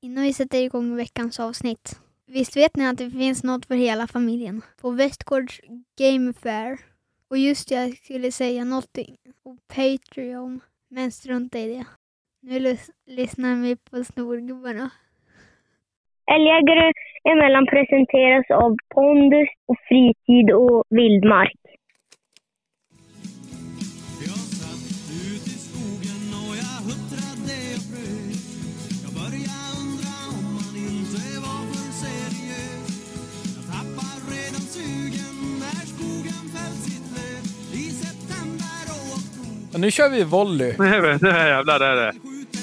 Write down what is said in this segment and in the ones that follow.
Innan vi sätter igång veckans avsnitt. Visst vet ni att det finns något för hela familjen på Västgårds Game Fair. Och just jag skulle säga någonting på Patreon, men strunta i det. Nu lyssnar vi på Snorgubbarna. Älgjägare emellan presenteras av pondus och fritid och vildmark. Jag satt ut i skogen och jag huttrade och frös. Jag började undra om man inte var för seriös. Jag tappar redan sugen när skogen fällt sitt löv i september och oktober. Och nu kör vi volley. Det här jävlar är det.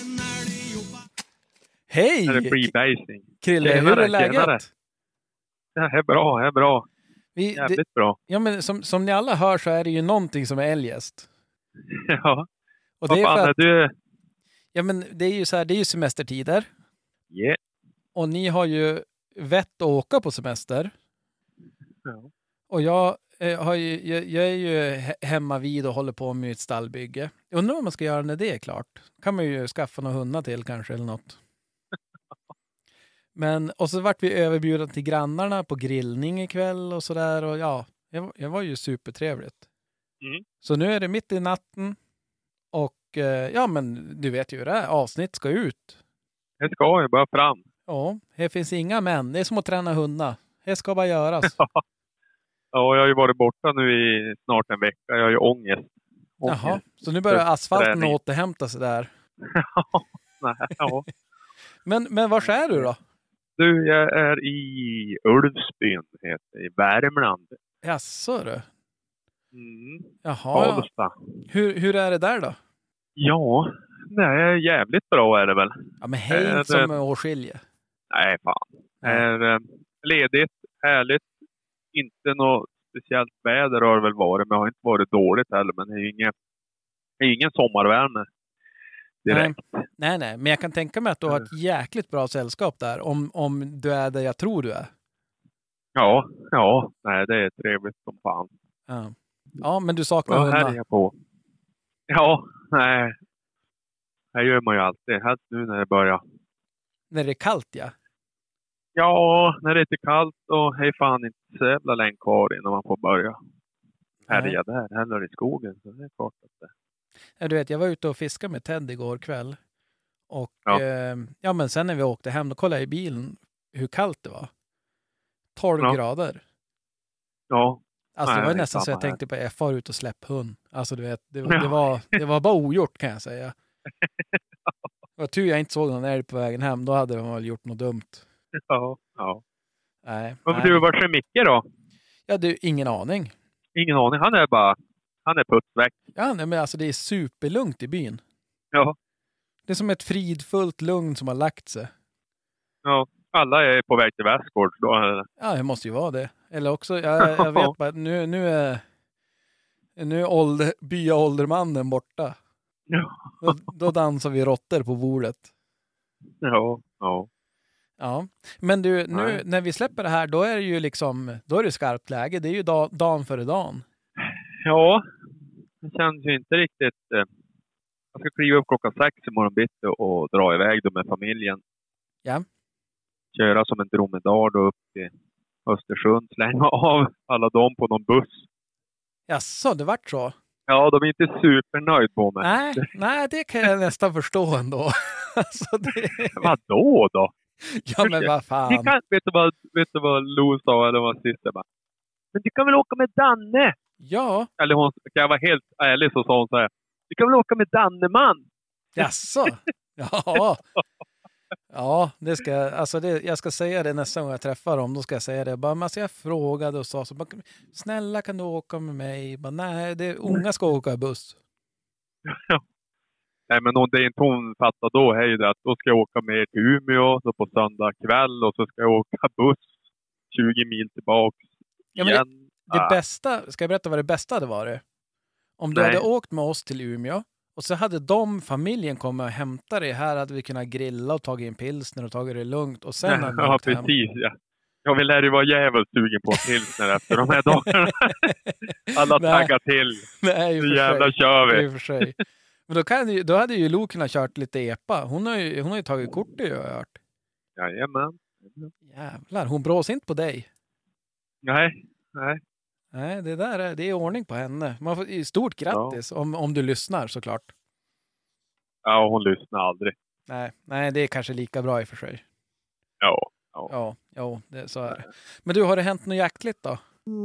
Hej! Det är freebasing. Krille, hur är läget? Det är bra. Jävligt bra. Ja, men som ni alla hör så är det ju någonting som är eljest. Ja. Och det är fan för att, är du? ja, men det är ju så här, det är ju semestertider. Yeah. Och ni har ju vett att åka på semester. Ja. Och jag är ju hemma vid och håller på med ett stallbygge. Jag undrar vad man ska göra när det är klart. Kan man ju skaffa några hundar till kanske eller något. Men, och så vart vi överbjudna till grannarna på grillning ikväll och sådär. Och ja, jag var ju supertrevligt. Mm. Så nu är det mitt i natten. Och ja, men du vet ju hur det här avsnitt ska ut. Det ska ju bara fram. Ja, här finns inga män. Det är som att träna hundar. Det ska bara göras. Ja, jag har ju varit borta nu i snart en vecka. Jag har ju ångest. Jaha, så nu börjar asfalten återhämta sig där. Ja. Men var är du då? Du, jag är i Ulvsbyn, heter i Värmland. Jaså du? Mm. Jaha. Karlstad. Hur är det där då? Ja, det är jävligt bra är det väl. Ja, men hej som årskilje. Nej, fan. Är ledigt, härligt. Inte något speciellt väder har det väl varit, men det har inte varit dåligt heller. Men det är ju ingen sommarvärme direkt. Nej, men jag kan tänka mig att du har ett jäkligt bra sällskap där. Om du är där jag tror du är. Ja. Nej, det är trevligt som fan. Ja, men du saknar hundar. hundar. Här är jag på. Ja, nej. Här gör man ju alltid. Helst nu när det börjar. När det är kallt, ja. Ja, när det är lite kallt och hej fan inte så jävla länge kvar innan man får börja härja där. Heller i skogen. Så det är klart att det... Ja, du vet, jag var ute och fiskade med Ted igår kväll. Och ja, men sen när vi åkte hem, då kollade jag i bilen hur kallt det var. 12 grader. Ja. Alltså det var nästan så jag tänkte på far ut och släpp hund. Alltså du vet, det var bara ogjort kan jag säga. Det var tur jag inte såg någon älg på vägen hem. Då hade de väl gjort något dumt. Ja. Nej. Du, vart är Micke då? Ja, du, ingen aning. Ingen aning. Han är putsväck. Ja, nej, men alltså det är superlugnt i byn. Ja. Det är som ett fridfullt lugn som har lagt sig. Ja, alla är på väg till Västgård då. Ja, det måste ju vara det. Eller också, jag vet bara, nu är byaåldermannen borta. Ja. Då dansar vi råttor på bordet. Ja, men du, nu när vi släpper det här, då är det ju liksom, då är det skarpt läge. Det är ju dagen före dagen. Ja, det känns ju inte riktigt. Jag ska kliva upp klockan 6 i morgon bitti och dra iväg då med familjen. Ja. Köra som en dromedar då upp till Östersund. Slänga av alla dem på någon buss. Jaså, det vart så? Ja, de är inte supernöjd på mig. Nej, det kan jag nästan förstå ändå. Alltså, Vadå då? Ja, men vad fan. Vet du vad Lo sa eller vad syster bara? Men du kan väl åka med Danne? Ja. Eller hon, kan jag vara helt ärlig så sa hon så här. Du kan väl åka med Danneman? Jaså? Ja. Ja, det ska jag ska säga det nästa gång jag träffar dem. Då ska jag säga det. Bara, alltså jag frågade och sa så. Bara, snälla kan du åka med mig? Bara, nej, unga ska åka buss. Nej, men det är inte hon fattar då. Hej det att då ska jag åka med till Umeå så på söndag kväll. Och så ska jag åka buss 20 mil tillbaka. Ja, men det bästa, ska jag berätta vad det bästa hade varit? Om du hade åkt med oss till Umeå. Och så hade familjen kommit och hämtat dig. Här hade vi kunnat grilla och tagit en pilsner och tagit det lugnt. Och sen hade ja, precis. Ja. Jag vill lära dig vara jävligt sugen på pilsner efter de här dagarna. Alla taggar till. Nej, så jävla kör vi. I och för sig. Men då hade ju Lo kunnat kört lite epa. Hon har ju tagit kort i, har jag hört. Jajamän. Jävlar, hon brås inte på dig. Nej. Nej, det är ordning på henne. Man får, stort grattis om du lyssnar såklart. Ja, hon lyssnar aldrig. Nej, det är kanske lika bra i och för sig. Ja. Ja, så är det. Men du, har det hänt något jäkligt då?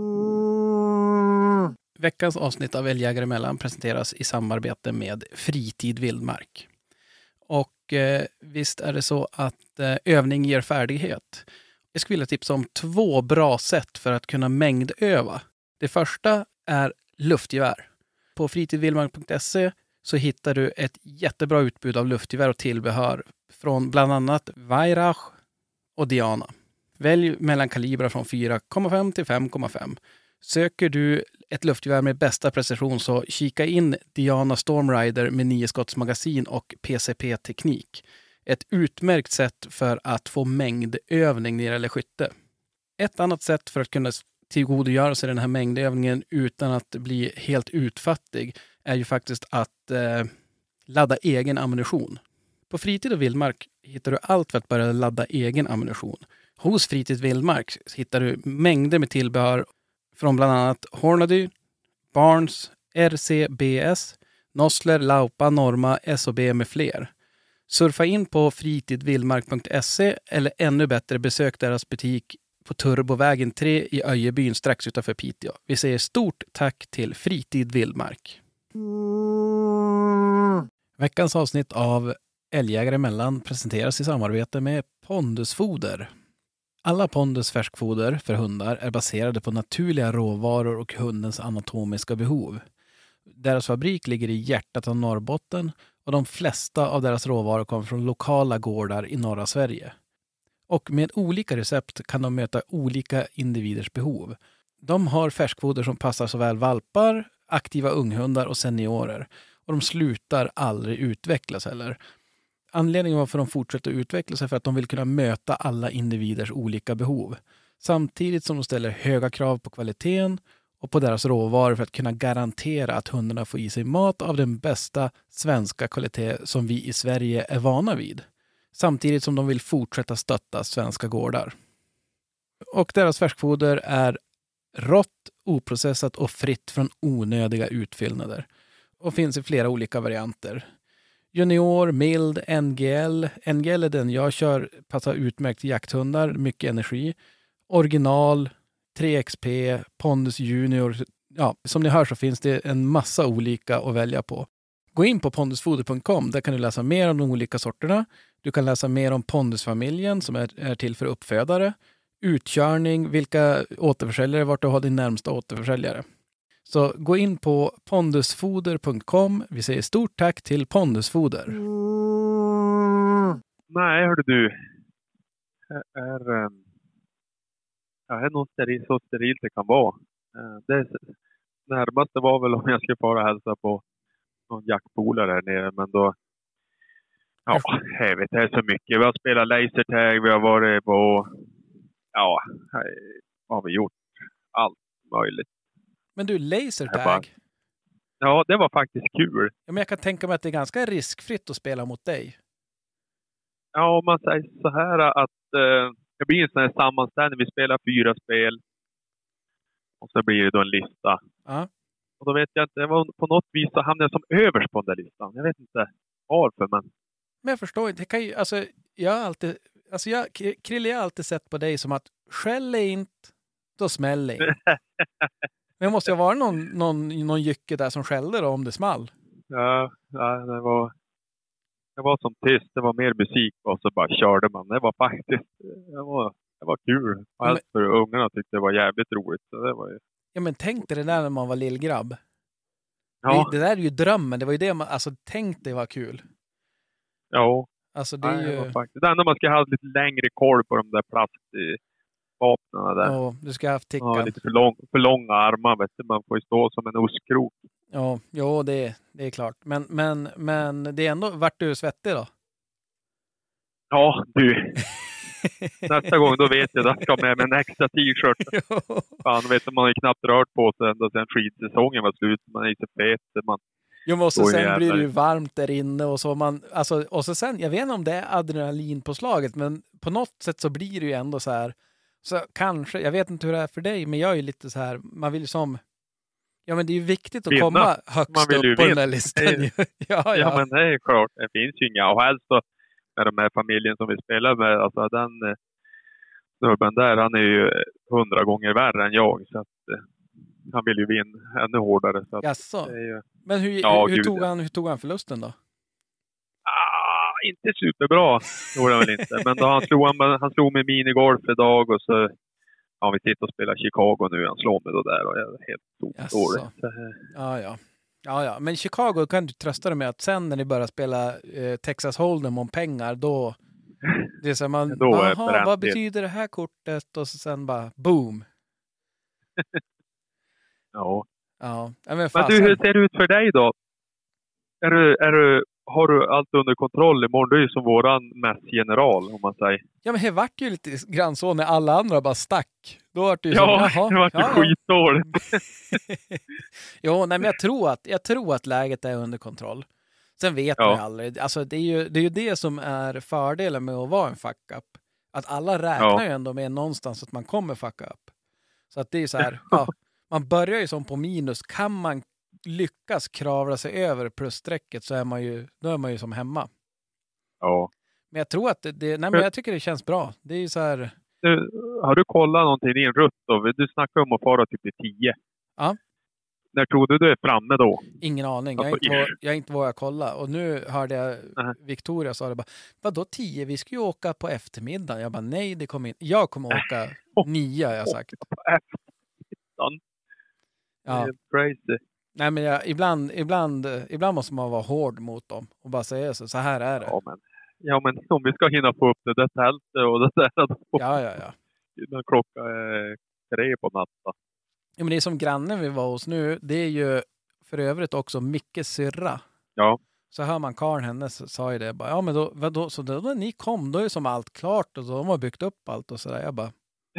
Veckans avsnitt av Älgjägare emellan presenteras i samarbete med Fritid Vildmark. Och visst är det så att övning ger färdighet. Jag skulle vilja tipsa om 2 bra sätt för att kunna mängdöva. Det första är luftgevär. På fritidvildmark.se så hittar du ett jättebra utbud av luftgevär och tillbehör från bland annat Weirach och Diana. Välj mellan kalibrar från 4,5 till 5,5. Söker du ett luftgevär med bästa precision så kika in Diana Stormrider med 9-skottsmagasin och PCP-teknik. Ett utmärkt sätt för att få mängdövning när det gäller skytte. Ett annat sätt för att kunna tillgodogöra sig den här mängdövningen utan att bli helt utfattig är ju faktiskt att ladda egen ammunition. På Fritid och Vildmark hittar du allt för att börja ladda egen ammunition. Hos Fritid Vildmark hittar du mängder med tillbehör från bland annat Hornady, Barnes, RCBS, Nossler, Laupa, Norma, SOB med fler. Surfa in på fritidvildmark.se eller ännu bättre besök deras butik på Turbovägen 3 i Öjebyn strax utanför Piteå. Vi säger stort tack till Fritid Vildmark. Veckans avsnitt av Älgjägare emellan presenteras i samarbete med Pondusfoder. Alla Pondus färskfoder för hundar är baserade på naturliga råvaror och hundens anatomiska behov. Deras fabrik ligger i hjärtat av Norrbotten och de flesta av deras råvaror kommer från lokala gårdar i norra Sverige. Och med olika recept kan de möta olika individers behov. De har färskfoder som passar såväl valpar, aktiva unghundar och seniorer. Och de slutar aldrig utvecklas heller. Anledningen varför de fortsätter utvecklas är för att de vill kunna möta alla individers olika behov. Samtidigt som de ställer höga krav på kvaliteten och på deras råvaror för att kunna garantera att hundarna får i sig mat av den bästa svenska kvalitet som vi i Sverige är vana vid. Samtidigt som de vill fortsätta stötta svenska gårdar. Och deras färskfoder är rått, oprocessat och fritt från onödiga utfyllnader. Och finns i flera olika varianter. Junior, mild, NGL. NGL är den jag kör, passar utmärkt till jakthundar, mycket energi. Original, 3XP, Pondus Junior. Ja, som ni hör så finns det en massa olika att välja på. Gå in på pondusfoder.com, där kan du läsa mer om de olika sorterna. Du kan läsa mer om Pondusfamiljen som är till för uppfödare. Utkörning, vilka återförsäljare, vart du har din närmsta återförsäljare. Så gå in på pondusfoder.com. Vi säger stort tack till Pondusfoder. Nej, hörde du. Här är nog så sterilt det kan vara. Det närmaste var väl om jag skulle fara hälsa på någon jaktpolare här nere. Men då... Ja, jag vet, det är så mycket. Vi har spelat lasertag, vi har varit på... Ja, här har vi gjort allt möjligt. Men du, lasertag? Ja, det var faktiskt kul. Ja, men jag kan tänka mig att det är ganska riskfritt att spela mot dig. Ja, om man säger så här att det blir en sån här sammanställning. Vi spelar 4 spel. Och så blir det då en lista. Ja. Och då vet jag inte, det var på något vis så hamnade jag som överst på den där listan. Jag vet inte varför, men... Men jag förstår inte. Krille, jag har alltid sett på dig som att skäller inte, då smäller inte. Men det måste ju vara någon jycke där som skällde då om det small. Ja, det var som tyst. Det var mer musik och så bara körde man. Det var faktiskt, det var kul. Allt för ungarna tyckte det var jävligt roligt. Så det var ju... Ja, men tänk dig det där när man var lillgrabb. Ja. Det där är ju drömmen. Det var ju det man, alltså tänk dig vad kul. Ja. Alltså det är ju... Det faktiskt. Det enda man ska ha lite längre koll på de där plastvapnarna där. Ja, du ska ha haft tickan. Ja, lite för långa armar, vet du. Man får ju stå som en ostkrok. Ja, det är klart. Men det är ändå, vart du svettig då? Ja, du. Nästa gång då vet jag, då ska jag med en extra t-shirt. Fan, vet du, man har ju knappt rört på sig ända sedan skidsäsongen var slut. Man är ju så fet. Jo, men och så Oj, sen jävlar. blir det ju varmt där inne och så och så sen, jag vet inte om det är adrenalin på slaget, men på något sätt så blir det ju ändå så här, så kanske, jag vet inte hur det är för dig, men jag är ju lite så här, man vill ju men det är ju viktigt att Vinna. komma högst Man vill ju upp på den vinna. här listan. Ja, men det är klart. Det finns ju inga. Och helst då, med de här familjen som vi spelar med, alltså den snubben där, han är ju 100 gånger värre än jag. Så att han vill ju vinna ännu hårdare. Så att Jaså? det är ju... Men Ja, hur gud, tog han förlusten då? Inte superbra, gjorde han väl inte. Men då han slog med minigolf idag och så vi sitter och spelar Chicago nu. Han slår mig då där och jag är helt dålig. Ja. Men Chicago kan du trösta dig med att sen när ni börjar spela Texas Hold'em om pengar, då det är så man, vad betyder det här kortet? Och så sen bara, boom. Ja. Men du, hur ser det ut för dig då? Har du allt under kontroll imorgon? Du är ju som våran mässgeneral, om man säger. Ja, men det vart ju lite grann så när alla andra bara stack. Då vart det ju det vart ju skitdåligt. Jo, nej, men jag tror att läget är under kontroll. Sen vet man ju aldrig. Alltså, det är ju det som är fördelen med att vara en fuck-up. Att alla räknar ju ändå med någonstans att man kommer fucka upp. Så att det är ju så här, man börjar ju som på minus. Kan man lyckas kravla sig över plusstrecket så är man ju som hemma. Ja. Men jag tror att men jag tycker det känns bra. Det är ju så här... Har du kollat någonting i din rutt då? Du snackar om att fara typ i 10. Ja. När tror du är framme då? Ingen aning. Jag har inte vågat kolla. Och nu hörde jag Victoria sa det bara, vadå 10? Vi ska ju åka på eftermiddagen. Jag bara, nej, det kommer inte. Jag kommer åka 9, har jag sagt. På eftermiddagen? Ja. Det är crazy. Nej, men ibland måste man vara hård mot dem och bara säga så här är det. Ja, men om vi ska hinna få upp det där tältet och det där då. Ja. När klockan är 3 på natten. Ja, men det är som grannen vi var hos nu, det är ju för övrigt också Mickes syrra. Ja. Så hör man Karin hennes sa ju det bara, ja men då så då när ni kom, då är som allt klart och så de har byggt upp allt och sådär. Jag bara,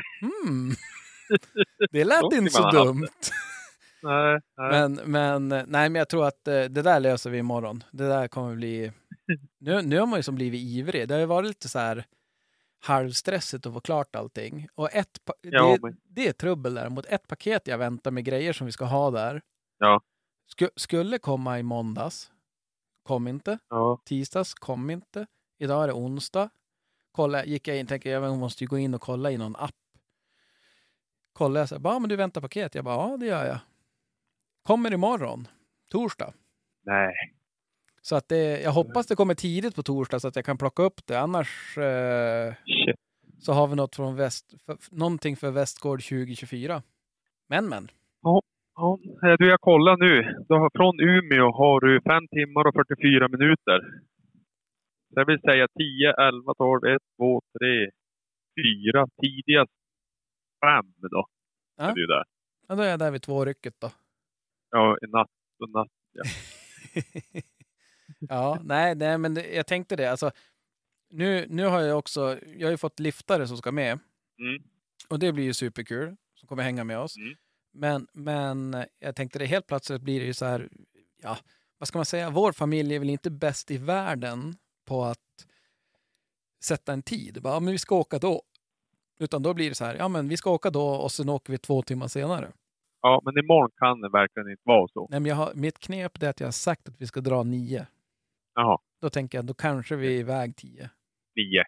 det lät inte så dumt. Nej. Men jag tror att det där löser vi imorgon. Det där kommer bli... Nu har man ju som blivit ivrig. Det har ju varit lite så här halvstressigt att få klart allting. Och det är trubbel där. Mot ett paket jag väntar med grejer som vi ska ha där. Ja. Skulle komma i måndags. Kom inte. Ja. Tisdags kom inte. Idag är det onsdag. Gick jag in och tänkte jag måste ju gå in och kolla i någon app. Kolla jag så här, men du väntar paket. Jag bara, ja det gör jag. Kommer imorgon, torsdag. Nej. Så att jag hoppas det kommer tidigt på torsdag så att jag kan plocka upp det. Annars så har vi något från någonting för Västgård 2024. Men. Ja, du jag kollar nu. Från Umeå har du 5 timmar och 44 minuter. Så jag vill säga 10, 11, 12, 1, 2, 3, 4. Tidigast 5 då. Ja. Är du där. Ja, då är jag där vid 2-rycket då. Ja, i natt. Ja. Ja, nej, men jag tänkte det. Alltså, nu har jag har ju fått liftare som ska med. Mm. Och det blir ju superkul. Som kommer hänga med oss. Mm. Men jag tänkte det helt plötsligt blir det ju så här, ja, vad ska man säga? Vår familj är väl inte bäst i världen på att sätta en tid. Bara, men vi ska åka då. Utan då blir det så här, ja men vi ska åka då och sen åker vi 2 timmar senare. Ja, men imorgon kan det verkligen inte vara så. Nej, men mitt knep är att jag har sagt att vi ska dra 9. Jaha. Då tänker jag, då kanske vi är iväg 10. 9.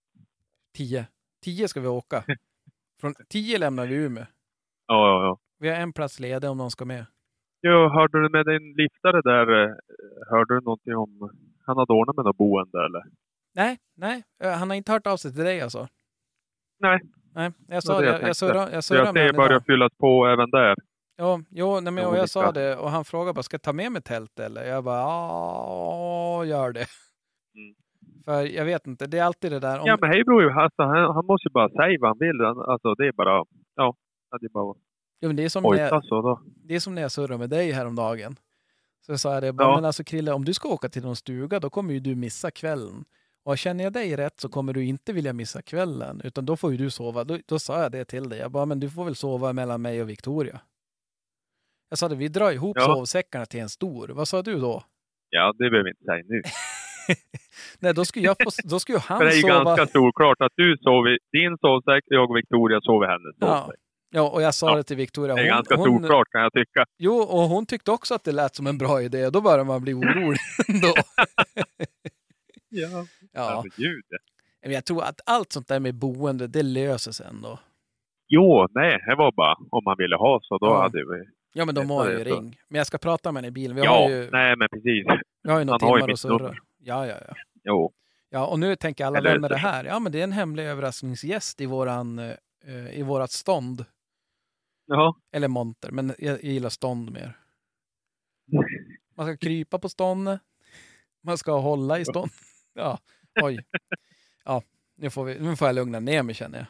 10 ska vi åka. Från 10 lämnar vi Umeå. Ja. Vi har en plats ledig om någon ska med. Ja, hörde du med din liftare där, hörde du någonting om, han hade ordnat med något boende eller? Nej, han har inte hört av sig till dig alltså. Nej, jag sa det. Jag surrade med ser börjar fyllas på även där. Och jag sa det och han frågade bara, ska jag ta med mig tält eller? Jag bara, gör det. Mm. För jag vet inte, det är alltid det där. Ja, men hej bror, alltså, han måste ju bara säga vad han vill. Alltså det är bara, det är bara... Ja, men det är som det är som när jag surrar med dig häromdagen. Så sa jag det, men alltså Krille, om du ska åka till någon stuga, då kommer ju du missa kvällen. Och känner jag dig rätt så kommer du inte vilja missa kvällen. Utan då får ju du sova. Då sa jag det till dig. Jag bara, men du får väl sova mellan mig och Victoria. Jag sa det, vi drar ihop sovsäckarna till en stor. Vad sa du då? Ja, det behöver vi inte säga nu. Nej, då skulle ju han För det är ju sova. ganska solklart att du sov i din sovsäck, jag och Victoria sov i hennes sovsäck. Ja, och jag sa det till Victoria. Det är ganska solklart kan jag tycka. Jo, och hon tyckte också att det lät som en bra idé. Då börjar man bli orolig ändå. Ja. Herregud. Men jag tror att allt sånt där med boende, det löser sig ändå. Jo, nej, det var bara om man ville ha så då hade vi... Ja, men de har ju ring. Men jag ska prata med henne i bilen. Nej, men precis. Vi har ju några timmar och surra. Ja. Jo. Ja, och nu tänker alla, vem är det här? Ja, men det är en hemlig överraskningsgäst i vårat stånd. Ja. Eller monter, men jag gillar stånd mer. Man ska krypa på stånd. Man ska hålla i stånd. Ja, oj. Ja, nu får jag lugna ner mig, känner jag.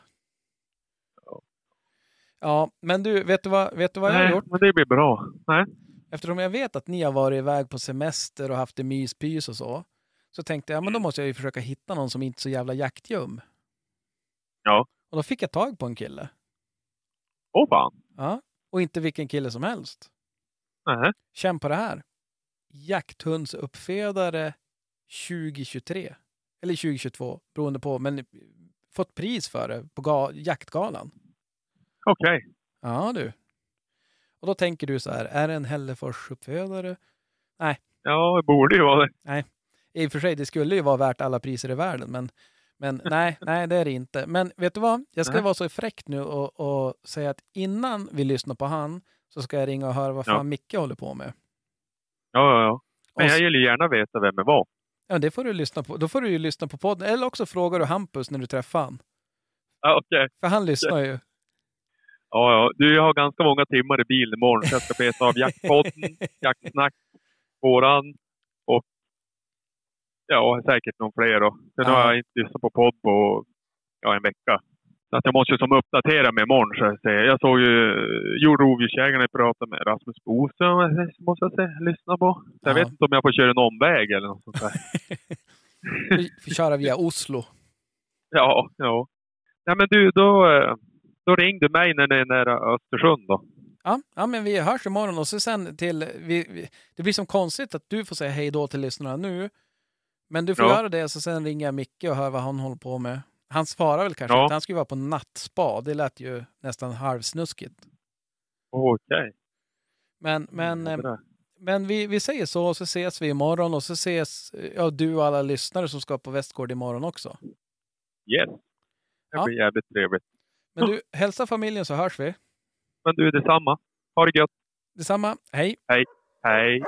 Ja, men du, vet du vad jag har gjort? Men det blir bra. Nej. Eftersom jag vet att ni har varit iväg på semester och haft det myspys och så tänkte jag, men då måste jag ju försöka hitta någon som inte är så jävla jaktgöm. Ja. Och då fick jag tag på en kille. Fan. Ja, och inte vilken kille som helst. Nej. Känn på det här. Jakthundsuppfödare 2023. Eller 2022, beroende på, men fått pris för det på jaktgalan. Okej. Ja, du. Och då tänker du så här, är det en Hällefors-uppfödare? Nej. Ja, det borde ju vara det. Nej. I och för sig, det skulle ju vara värt alla priser i världen, men nej, det är det inte. Men vet du vad? Jag ska vara så fräck nu och säga att innan vi lyssnar på han så ska jag ringa och höra vad fan Micke håller på med. Ja. Men jag vill ju gärna veta vem det var. Ja, det får du lyssna på. Då får du ju lyssna på podden. Eller också frågar du Hampus när du träffar han. Ja, okej. För han lyssnar ju. Ja. Du, jag har ganska många timmar i bil imorgon så jag ska beta av jaktpodden, jaktsnack, våran och säkert någon fler då. Sen har jag inte lyssnat på podd på en vecka. Så att jag måste ju som uppdatera mig imorgon så att säga. Jag såg ju Rovdjursjägarna prata med Rasmus Boström måste jag säga, lyssna på. Så jag vet inte om jag får köra en omväg eller något sånt där. Vi köra via Oslo. Ja. Nej men du, då ringde du mig när det är nära Östersund då. Ja, men vi hörs imorgon och så sen till... det blir som konstigt att du får säga hej då till lyssnarna nu. Men du får göra det så sen ringer jag Micke och hör vad han håller på med. Han svarar väl kanske att han skulle vara på nattspa. Det lät ju nästan halvsnuskigt. Okej. Men vi säger så och så ses vi imorgon och så ses du och alla lyssnare som ska på Västgård imorgon också. Yes. Det blir jävligt trevligt. Men du, hälsa familjen så hörs vi. Men du, detsamma. Ha det gött. Detsamma. Hej. Hej.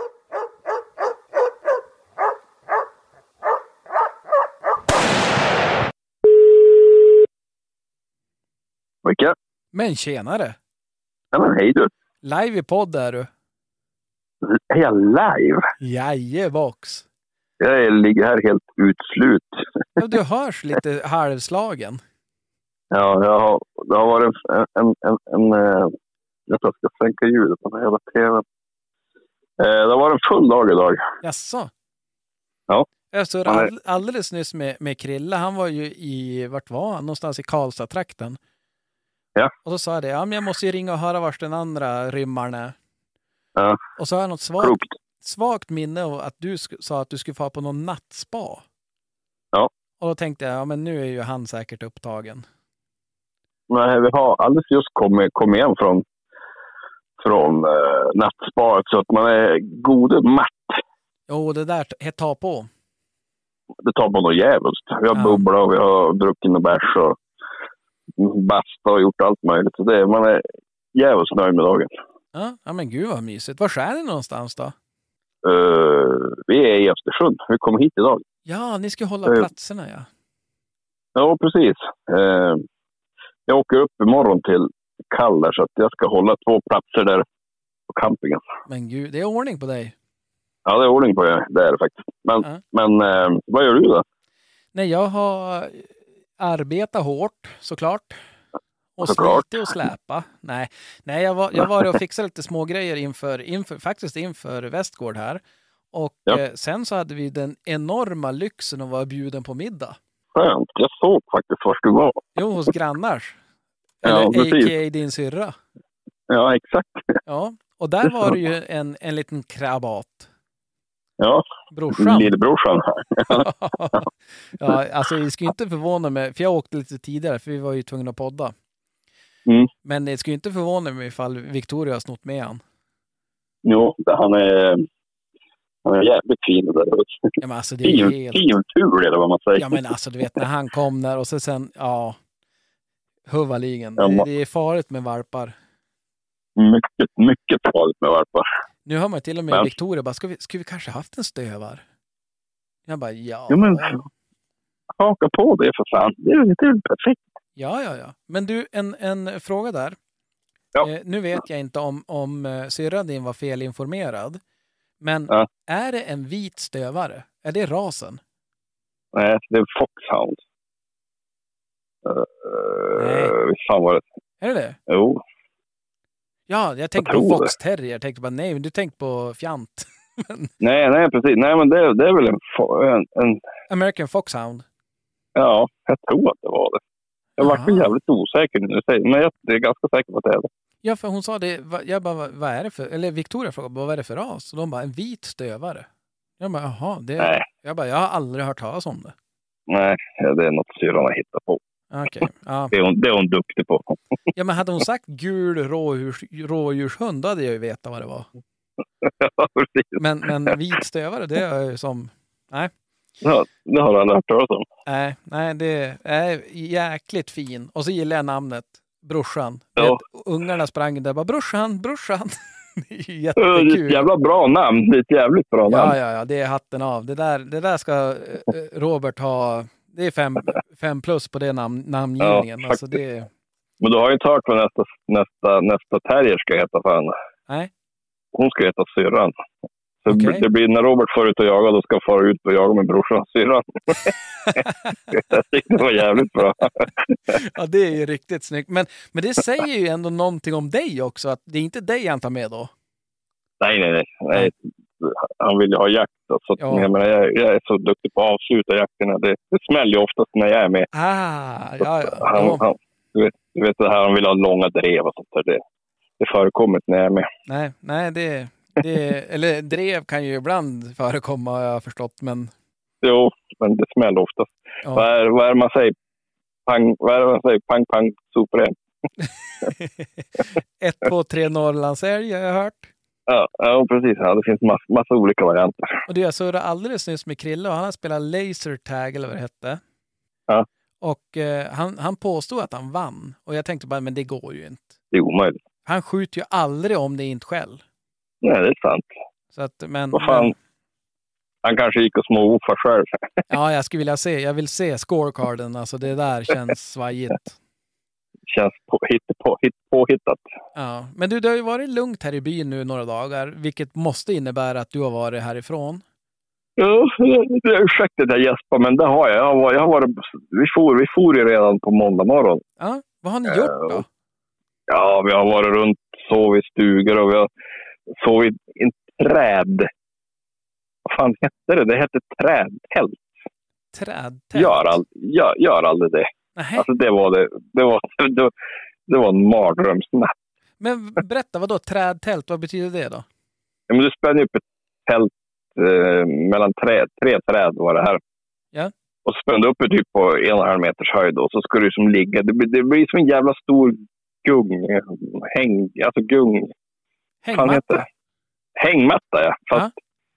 Vilka? Men tjenare. Ja, men hej du. Live i podd är du. Är jag live? Jajebox. Jag ligger här helt utslut. Ja, du hörs lite halvslagen. Ja, det har varit jag tror jag ska sänka ljudet på den här jävla tvn. Det har varit en full dag idag. Jaså? Ja. Jag såg alldeles nyss med Krille. Han var ju vart var han? Någonstans i Karlstad-trakten. Ja. Och då sa jag det, men jag måste ju ringa och höra vars den andra rymmaren är. Ja. Och så har jag något svagt minne av att du sa att du skulle få på någon nattspa. Ja. Och då tänkte jag, men nu är ju han säkert upptagen. Nej, vi har alldeles just kommit igen från nattsparet så att man är god matt. Jo, det där tar på. Det tar på något jävligt. Vi har bubblat och vi har druckit något bärs och basta och gjort allt möjligt. Så man är jävligt nöjd med dagen. Ja, men gud vad mysigt. Var är ni någonstans då? Vi är i Östersund. Vi kommer hit idag. Ja, ni ska hålla platserna, ja. Ja, precis. Jag åker upp imorgon till Kall så att jag ska hålla 2 platser där på campingen. Men gud, det är ordning på dig. Ja, det är ordning på det. Det är det faktiskt. Men vad gör du då? Nej, jag har arbetat hårt, såklart. Och slitit och släpa. Nej, jag var och fixade lite små grejer inför Västgård här. Och sen så hade vi den enorma lyxen att vara bjuden på middag. Skönt. Jag såg faktiskt var du var. Jo, hos grannars. Eller a.k.a. din syrra. Ja, exakt. Ja, Och där var det ju en liten krabat. Ja, Brorsan. lillebrorsan. Ja, alltså det skulle inte förvåna mig, för jag åkte lite tidigare för vi var ju tvungna att podda. Mm. Men det skulle inte förvåna mig ifall Victoria har snott med han. Jo, han är jävligt fin där. Ja, men alltså det är helt... Fin tur eller vad man säger. Ja, men alltså du vet när han kom där och så sen, ja, huvaligen. Ja, Det är farligt med valpar. Mycket farligt med valpar. Nu har man till och med Victoria bara, ska vi kanske haft en stövar? Jag bara, ja. Jo, men haka på det för fan. Det är perfekt. Ja. Men du, en fråga där. Ja. Nu vet jag inte om syrran din var felinformerad. Men är det en vit stövare? Är det rasen? Nej, det är Foxhound. Visst fan var det? Är det? Jo. Ja, jag tänkte på Fox Terrier. Jag tänkte bara, nej, men du tänkte på fjant. nej, precis. Nej, men det är väl en... American Foxhound? Ja, jag tror att det var det. Jag var jävligt osäker när du säger, men jag är ganska säker på att det är det. Ja, för hon sa det. Jag bara, vad är det för... Eller Victoria frågade, vad är det för ras? Och de bara, en vit stövare. Jag bara, jaha, det... Nej. Jag bara, jag har aldrig hört talas om det. Nej, det är något syrran har hittat på. Okej, ja. Det är hon duktig på. Ja, men hade hon sagt gul rådjurshund, då hade jag ju vetat vad det var. Ja, precis. Men vit stövare, det är ju som... Nej. Ja, det har jag aldrig hört talas om. Nej, det är jäkligt fin. Och så gillar jag namnet. Brorsan. Ja. Ungarna sprang där bara, brorsan. Det är ju Det är jättekul. ett jävla bra namn. Det är ett jävligt bra namn. Ja, det är hatten av. Det där ska Robert ha. Det är 5 plus på det namngivningen. Ja, alltså det... Men du har ju inte hört vad nästa terrier ska heta för henne. Nej. Hon ska heta syrran. Så Okay. det blir när Robert får ut och jaga, då ska han fara ut och jaga med brorsan syrran. Jag tyckte det var jävligt bra. Ja, det är ju riktigt snyggt. Men det säger ju ändå någonting om dig också. Att det är inte dig han tar med då. Nej. Han vill ju ha jakt. Så Ja. jag är så duktig på att avsluta jakterna. Det smäller ju oftast när jag är med. Ja. Du vet det här, han vill ha långa drev och sånt där. Det förekommer när jag är med. Nej, det eller drev kan ju ibland förekomma, har jag förstått, men... Jo, men det smäller oftast. Ja. Vad är det man säger? Pang, pang, soprem. 1, 2, 3 Norrlandsälg har jag hört. Ja, precis. Ja, det finns massa olika varianter. Och jag surrade alldeles nyss med Krille och han har spelat laser tag eller vad det hette. Ja. Och han påstod att han vann. Och jag tänkte bara, men det går ju inte. Det är omöjligt. Han skjuter ju aldrig om det är inte skäll. Nej, det är sant. Så att, men, vad fan? Han kanske gick och småoffar själv. Ja, jag vill se scorecarden. Alltså det där känns svajigt. Känns påhittat. Ja, men det har ju varit lugnt här i byn nu några dagar. Vilket måste innebära att du har varit härifrån. Ja, ursäkta jag gäspar, men det har jag. Jag har varit, vi for ju redan på måndag morgon. Ja, vad har ni gjort då? Ja, vi har varit runt, sovit i stugor och vi har sovit i en träd. Vad fan hette det? Det hette trädtält. Trädtält? Gör aldrig det. Nähä. Alltså det var en mardrömsnatt. Men berätta, vad då? Trädtält, vad betyder det då? Ja, men du spänner upp ett tält mellan tre träd var det här. Ja. Och så spände upp det typ på 1,5 meters höjd och så ska du som ligga. Det blir som en jävla stor Hängmatta? Hängmatta, ja. Fast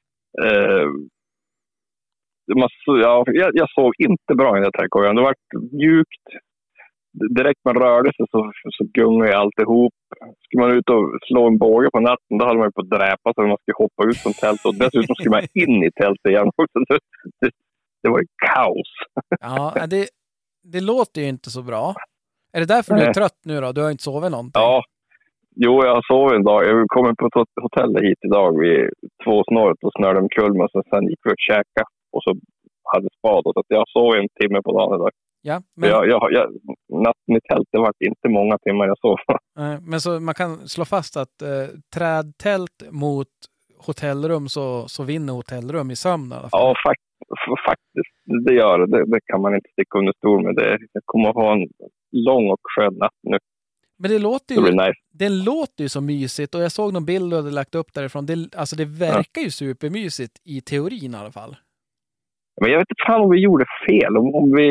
jag sov inte bra i den här trädgården. Det var mjukt. Direkt man rörde sig så gungade alltihop. Skulle man ut och slå en båge på natten, då hade man ju på att dräpa så man skulle hoppa ut från tältet. Och dessutom skulle man in i tältet igen. Det var ju kaos. Ja, det låter ju inte så bra. Är det därför du är trött nu då? Du har inte sovit någonting? Ja. Jo, jag har sovit en dag. Jag kom på ett hotell hit idag vid 2-snåret och snörde omkull mig. Sen gick vi och käkade och så hade spadat. Så jag sov 1 timme på dagen idag. Ja, men... natten i tält, det var inte många timmar jag sov. Men så man kan slå fast att trädtält mot hotellrum så vinner hotellrum i sömn i alla fall. Ja, faktiskt. Det gör det. Det kan man inte sticka under stol med. Jag kommer att ha en lång och skön natt nu. Men det låter ju, det blir nice. det låter ju så mysigt och jag såg någon bild du hade lagt upp därifrån. Alltså det verkar ju supermysigt i teorin i alla fall. Men jag vet inte fan om vi gjorde fel. Om vi...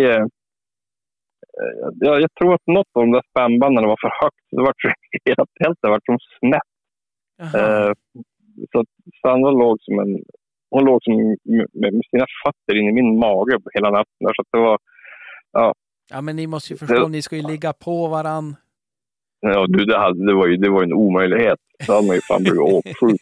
jag tror att något av de där spänbanden var för högt. Det var hela tältet var som snett. Så att Sandra låg som hon låg som med sina fötter in i min mage hela natten. Så att det var... Ja, men ni måste ju förstå, ni ska ju ligga på varann. Ja, du, det var ju en omöjlighet. Så hade man ju fan blivit åksjuk.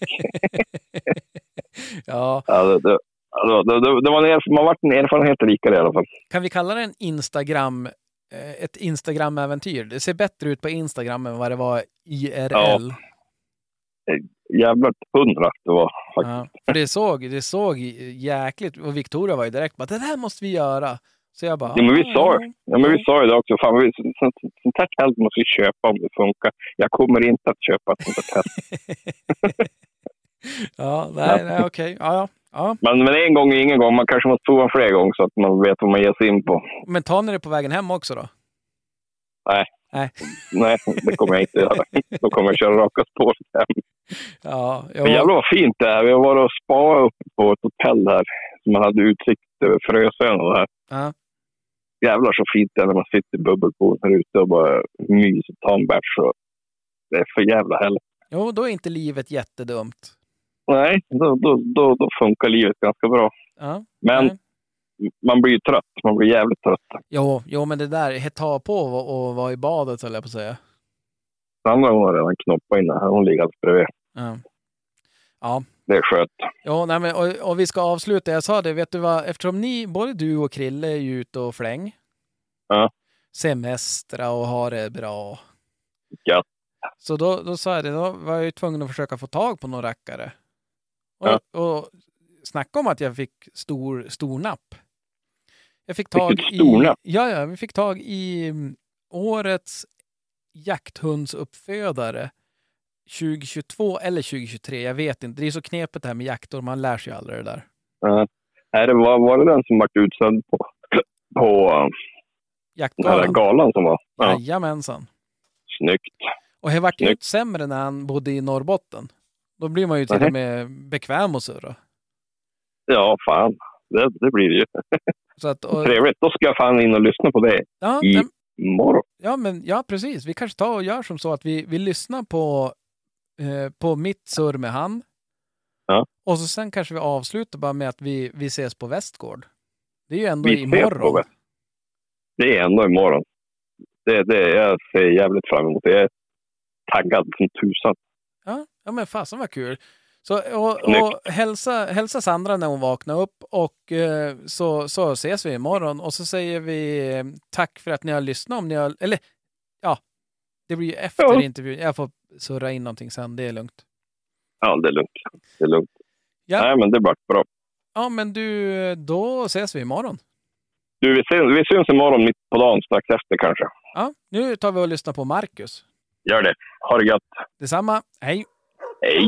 Ja. Det var man varit en erfarenhet rikare i alla fall. Kan vi kalla det ett Instagram-äventyr? Det ser bättre ut på Instagram än vad det var IRL. Ja. Jävligt 100 det var faktiskt. Ja, för det såg jäkligt, och Victoria var ju direkt bara, det här måste vi göra. Så jag bara... Ja, men vi sa ju det också. Fan, sånt här tält måste vi köpa om det funkar. Jag kommer inte att köpa ett sånt här tält. Ja, nej, okej. Ja. Men en gång är ingen gång. Man kanske måste prova fler gånger så att man vet vad man ger sig in på. Men tar ni det på vägen hem också då? Nej, det kommer jag inte göra. Då kommer jag köra raka spår hem. Ja, men jävlar vad fint det är. Vi har varit och sparat uppe på ett hotell här som man hade utsikt över Frösön och det här. Ja. Jävlar så fint det är när man sitter i bubbelpoolen här ute och bara mys och tar en bärs. Det är för jävla härligt. Jo, då är inte livet jättedumt. Nej, då funkar livet ganska bra. Ja, men man blir ju trött. Man blir jävligt trött. Jo, men det där, ta på och vara i badet, höll jag på att säga. Andra har redan knoppat in här. Hon ligger alldeles bredvid. Ja. Det är skönt. Ja, nej, men, och vi ska avsluta. Jag sa det, vet du vad? Eftersom både du och Krille är ju ute och fläng. Ja. Semestra och har det bra. Ja. Så då sa jag det, då var jag ju tvungen att försöka få tag på någon rackare. Och snacka om att jag fick stor napp. Jag fick tag vi fick tag i årets jakthundsuppfödare 2022 eller 2023, jag vet inte. Det är så knepet det här med jakt och man lär sig aldrig det där. Var det den som var utsänd på jaktgalan? Den här galan som var? Ja. Jajamensan. Snyggt. Och det har varit ut sämre när han bodde i Norrbotten. Då blir man ju till och med bekväm och surra. Ja, fan. Det blir det ju. Så att, trevligt. Då ska jag fan in och lyssna på det imorgon. Ja, precis. Vi kanske tar och gör som så att vi lyssnar på mitt surr med han. Ja. Och så sen kanske vi avslutar bara med att vi ses på Västgård. Det är ju ändå imorgon. Det är ändå imorgon. Jag ser jävligt fram emot det. Jag är taggad som tusan. Ja, men fasen var kul. Så, och hälsa Sandra när hon vaknar upp och så ses vi imorgon och så säger vi tack för att ni har lyssnat om ni har, eller ja, det blir ju efter intervjun. Jag får surra in någonting sen, det är lugnt. Ja, det är lugnt. Ja. Nej, men det är bara bra. Ja, men du, då ses vi imorgon. Du, vi syns imorgon mitt på dagen, strax efter kanske. Ja, nu tar vi och lyssnar på Marcus. Gör det. Ha det gött. Detsamma. Hej. Hej.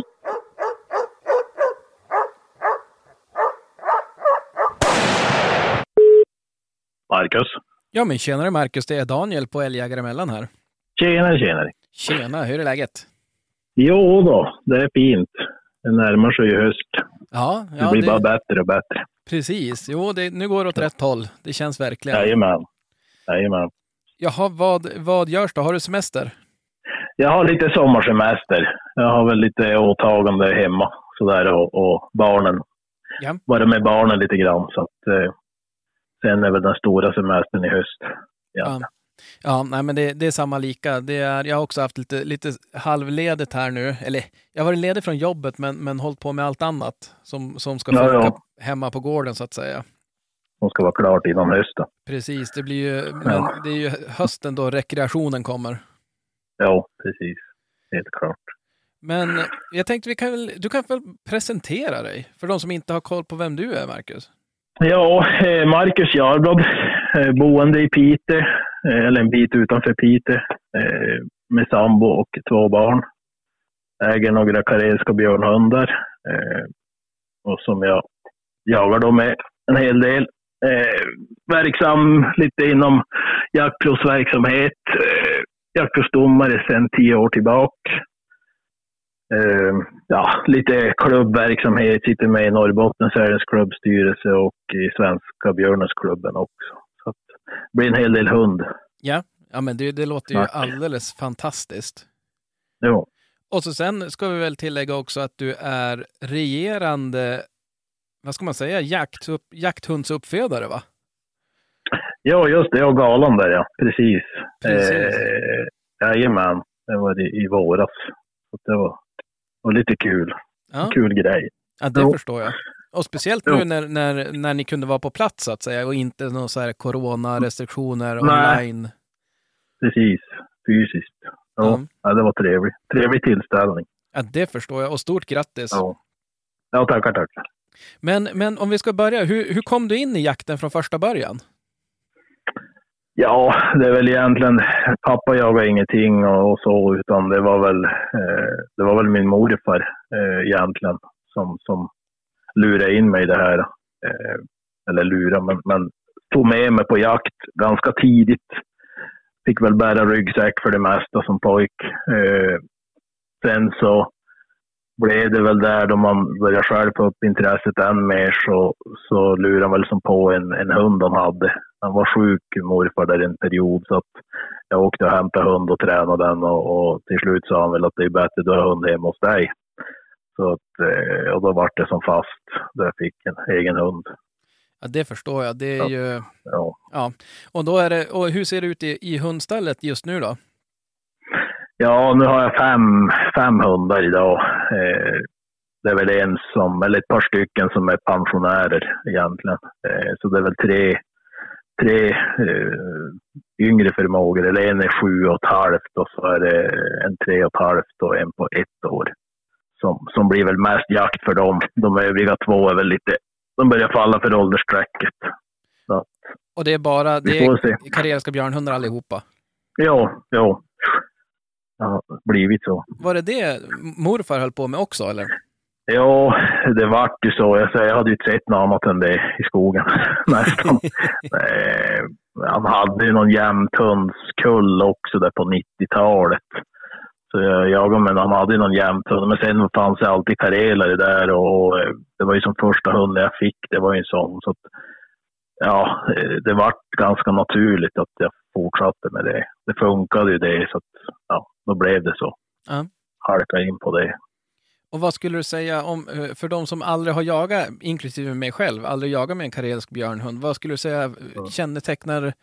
Marcus. Ja, men tjenare Marcus, det är Daniel på Älgjägare Emellan här. Tjenare. Tjena, hur är läget? Jo då, det är fint. Det närmar sig ju höst. Ja, det blir bara bättre och bättre. Precis, nu går det åt rätt håll. Det känns verkligen. Jajamän. Jaha, vad görs då? Har du semester? Jag har lite sommarsemester. Jag har väl lite åtagande hemma sådär och barnen. Ja. Bara med barnen lite grann så att sen är väl den stora semestern i höst. Ja, nej, men det är samma lika. Jag har också haft lite halvledigt här nu. Eller jag har varit ledig från jobbet men hållit på med allt annat som ska funka hemma på gården så att säga. Som ska vara klart innan hösten. Precis, det blir ju, men det är ju hösten då rekreationen kommer. Ja, precis. Helt klart. Men jag tänkte du kan väl presentera dig för de som inte har koll på vem du är, Marcus? Ja, Marcus Jarblad, boende i Piteå, eller en bit utanför Piteå, med sambo och 2 barn. Äger några karelska björnhundar och som jag jagar då med en hel del. Verksam lite inom jaktprovsverksamhet, jaktvårdsdomare sedan 10 år tillbaka. Lite klubbverksamhet, sitter med i Norrbottens Älgens klubbstyrelse och i Svenska Björnäsklubben också. Så att det blir en hel del hund. Ja men det låter ju alldeles fantastiskt. Jo. Och så sen ska vi väl tillägga också att du är regerande, vad ska man säga, jakthundsuppfödare, va? Ja, just det. Jag galan där, ja. Precis. Jajamän. Det var i våras. Så det var lite kul. Ja. Kul grej. Ja, det förstår jag. Och speciellt nu när ni kunde vara på plats, så att säga, och inte någon så här coronarestriktioner online. Precis. Fysiskt. Ja, det var trevligt. Trevlig tillställning. Ja, det förstår jag. Och stort grattis. Ja, tackar. Men om vi ska börja, hur kom du in i jakten från första början? Ja, det är väl egentligen, pappa jagade ingenting och så, utan det var väl min morfar egentligen som lurade in mig i det här. Eller lura, men tog med mig på jakt ganska tidigt. Fick väl bära ryggsäck för det mesta som pojk. Sen så blev det väl där då man började själv få upp intresset än mer, så lurade han väl som på en hund de hade. Han var sjuk, morfar, där en period, så att jag åkte och hämtade hund och tränade den och till slut sa han väl att det är bättre att du har hund hemma hos dig. Så att, och då var det som fast där jag fick en egen hund. Ja, det förstår jag. Det är ju... Ja. Och då är det... Och hur ser det ut i hundstallet just nu då? Ja, nu har jag fem hundar idag. Det är väl eller ett par stycken som är pensionärer egentligen. Så det är väl tre yngre förmågor. Eller en är 7,5 och så är det en 3,5 och en på 1 år. Som blir väl mest jakt för dem. De övriga 2 är väl lite... De börjar falla för ålderssträcket. Så. Och det är karelska björnhundar allihopa? Ja. Ja, blivit så. Var det morfar höll på med också, eller? Ja, det vart ju så. Jag hade ju inte sett något annat än det i skogen nästan. Han hade ju någon jämthundskull också där på 90-talet. Så jag jagade, men han hade ju någon jämthund. Men sen fanns det alltid karelare där och det var ju som första hunden jag fick. Det var ju en sån. Så att, ja, det var ganska naturligt att jag fortsatte med det. Det funkade ju det, så att, ja, då blev det så. Halka in på det. Och vad skulle du säga om, för de som aldrig har jagat, inklusive mig själv, aldrig jagat med en karelsk björnhund, vad skulle du säga kännetecknar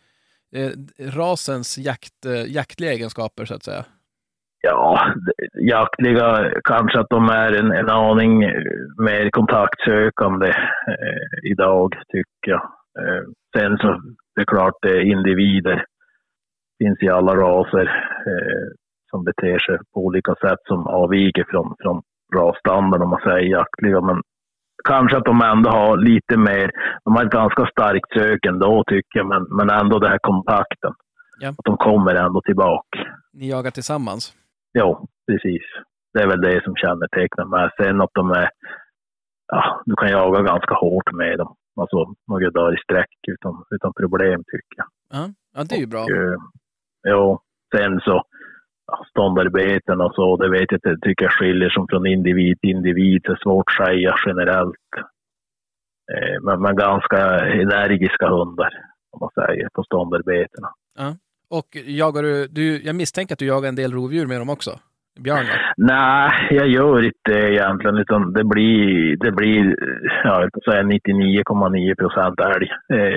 rasens jaktliga egenskaper, så att säga? Ja, jaktliga kanske att de är en aning mer kontaktsökande idag, tycker jag. Sen så det är klart det är individer. Finns i alla raser som beter sig på olika sätt som avviker från rasstandarden, om man säger jaktliga. Men kanske att de ändå har lite mer, de har ett ganska starkt sök ändå, tycker jag, men ändå det här kontakten. Ja. Att de kommer ändå tillbaka. Ni jagar tillsammans? Ja, precis. Det är väl det som kännetecknar mig. Sen att de är, ja, du kan jaga ganska hårt med dem. Alltså några dagar i sträck utan problem, tycker jag. Ja, det är ju bra. Ja, sen så ståndarbeten och så, det vet jag, det tycker jag skiljer som från individ till individ. Det är svårt att säga generellt. Men ganska energiska hundar, om man säger, på ståndarbetena. Ja. Och jagar jag misstänker att du jagar en del rovdjur med dem också? Björnar? Nej, jag gör inte det egentligen, utan det blir jag vill säga 99,9% älg.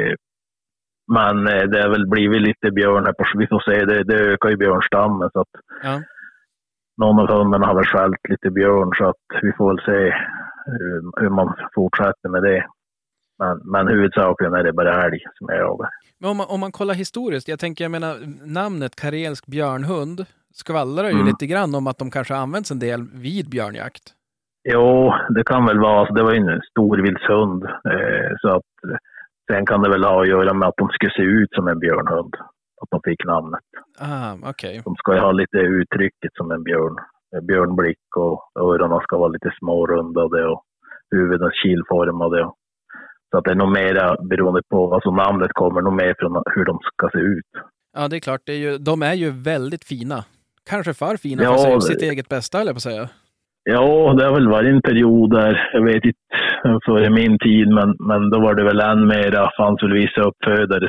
Men det har väl blivit lite björn här på, vi får se, det ökar ju björnstammen, så att någon av hundarna har väl skällt lite björn, så att vi får väl se hur man fortsätter med det. Men huvudsakligen är det bara älg som jag jagar. Men om man kollar historiskt, jag menar namnet karelsk björnhund skvallrar ju lite grann om att de kanske används en del vid björnjakt. Jo, det kan väl vara. Det var ju en storvildshund. Så att sen kan det väl ha att göra med att de ska se ut som en björnhund. Att de fick namnet. Okej. De ska ju ha lite uttrycket som en björnblick, och öronen ska vara lite smårundade och huvudet kilformade. Så att det är nog mera beroende på, alltså namnet kommer nog mer från hur de ska se ut. Ja, det är klart. De är ju väldigt fina. Kanske för fina Ja, för sitt eget bästa, eller på att säga. Ja, det har väl varit en period där, jag vet inte före min tid, men då var det väl än mera, fanns väl vissa uppfödare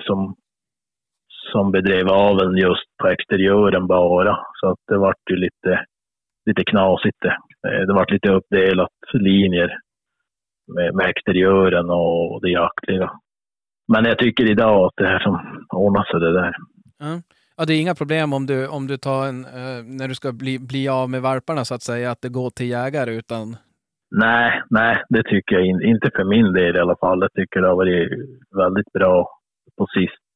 som bedrev aveln just på exteriören bara. Så att det var ju lite knasigt det. Det var lite uppdelat linjer med exteriören och det jaktliga. Men jag tycker idag att det här som ordnar sig det där. Ja, det är inga problem om du tar när du ska bli av med valparna så att säga, att det går till jägare utan... Nej, det tycker jag inte för min del i alla fall. Jag tycker det har varit väldigt bra på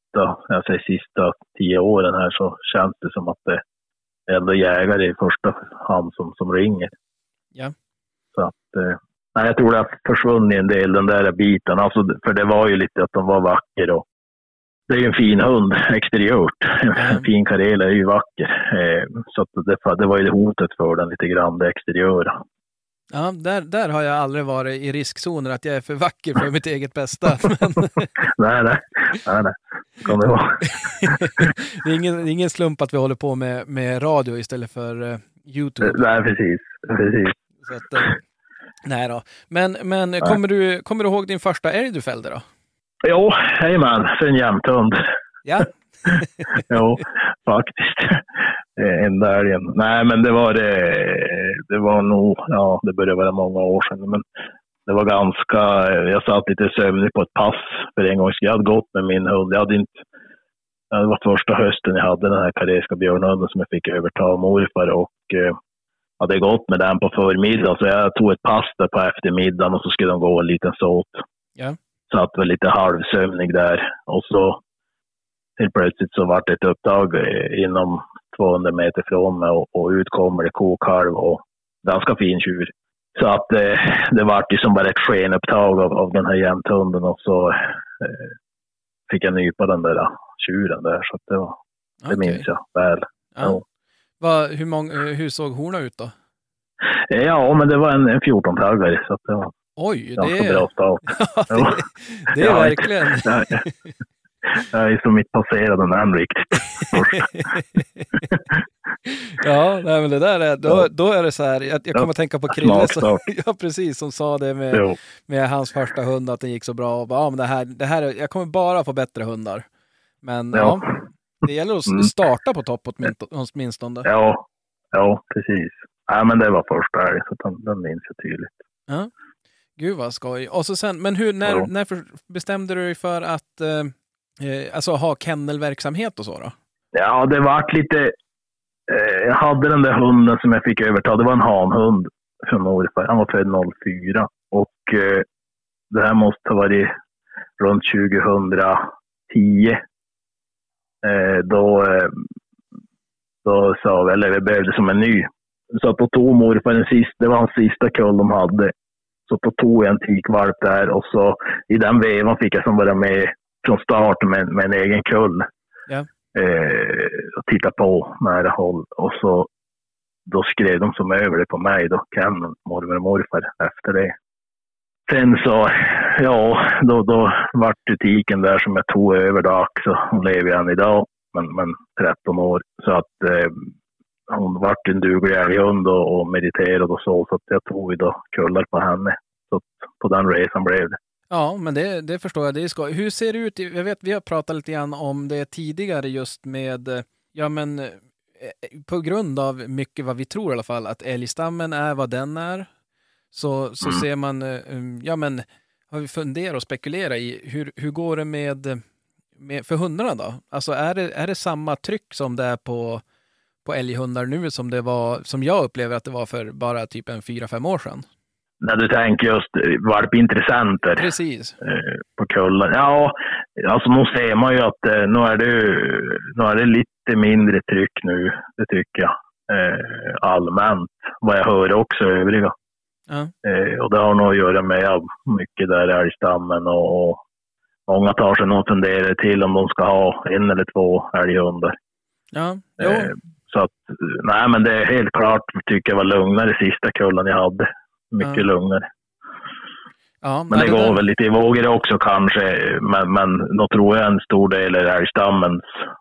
sista 10 åren här, så känns det som att det är ändå jägare i första hand som ringer. Ja. Så att, nej, jag tror det har försvunnit en del den där biten. Alltså, för det var ju lite att de var vackra och det är ju en fin hund exteriört. En fin karel är ju vacker. Så att det var ju hotet för den lite grann, det exteriöra. Ja, där har jag aldrig varit i riskzoner att jag är för vacker för mitt eget bästa. Nej. Kommer det vara. Det är ingen slump att vi håller på med radio istället för YouTube. Nej, precis. Så att, nej då. Men kommer du ihåg din första älg du fällde då? Jo, hejman, för en jämthund. Ja. Jo, faktiskt. Enda älgen. Nej, men det var nog, ja, det började vara många år sedan, men det var jag satt lite sömnig på ett pass för en gång. Jag hade gått med min hund. Det var första hösten jag hade den här karelska björnhunden som jag fick överta av morfar, och hade gått med den på förmiddagen, så jag tog ett pass där på eftermiddagen och så skulle de gå en liten såt. Ja. Satt väl lite halvsömnig där, och så helt plötsligt så var det ett upptag inom 200 meter från mig, och ut kommer det kokalv och ganska fin tjur. Så att det var ju som bara ett skenupptag av den här jämthunden, och så fick jag nypa den där tjuren där, så att det minns jag väl. Ja. Hur såg horna ut då? Ja, men det var en 14-taggare, så att det var ganska bra start. Ja, det är verkligen... Jag är som mitt passerade en riktigt. Ja, nej, men det där är, då är det så här, jag kommer att tänka på Krille ja, precis, som sa det med hans första hund, att den gick så bra, och bara, men det här jag kommer bara få bättre hundar. Men ja, det gäller att starta på topp åtminstone. Ja, precis. Ja, men det var första här, så den minns jag tydligt. Ja. Gud vad skoj. Och så sen, men när bestämde du dig för att alltså ha kennelverksamhet och så då? Ja, det var lite... jag hade den där hunden som jag fick överta. Det var en hanhund från morfar. Han var född 04. Och det här måste ha varit runt 2010. Då sa vi, eller vi behövde som en ny. Så då tog morfar det var hans sista kull de hade. Så då tog jag en tikvalp där, och så i den vevan fick jag som vara med från start med en egen kull. Ja. Och titta på nära håll, och så då skrev de som över det på mig då, Ken, mormor och morfar, efter det. Sen så, ja, då vart butiken där som jag tog över då, så hon lever än idag, men 13 år, så att hon vart en duglig älghund och mediterade och så att jag tog då kullar på henne, så på den resan blev det. Ja, men det förstår jag. Det är skoj. Hur ser det ut? Jag vet, vi har pratat lite grann om det tidigare, just med, ja men på grund av mycket vad vi tror i alla fall, att älgstammen är vad den är, så ser man, ja men har vi funderat och spekulerat i hur går det med för hundarna då? Alltså är det samma tryck som det är på älghundar nu som det var, som jag upplever att det var för bara typ 4-5 år sedan? När du tänker just valpintressenter. Precis. På kullen. Ja, alltså nu ser man ju att nu är det lite mindre tryck nu, det tycker jag. Allmänt. Vad jag hör också övriga. Ja. Och det har nog att göra med mycket där älgstammen, och många tar sig nog funderar till om de ska ha 1 eller 2 älghundar. Ja, så att, nej men det är helt klart, tycker jag var lugnare sista kullen jag hade. Mycket lugnare. Ja, men det går väl lite i vågor också kanske. Men då tror jag en stor del är älgstammens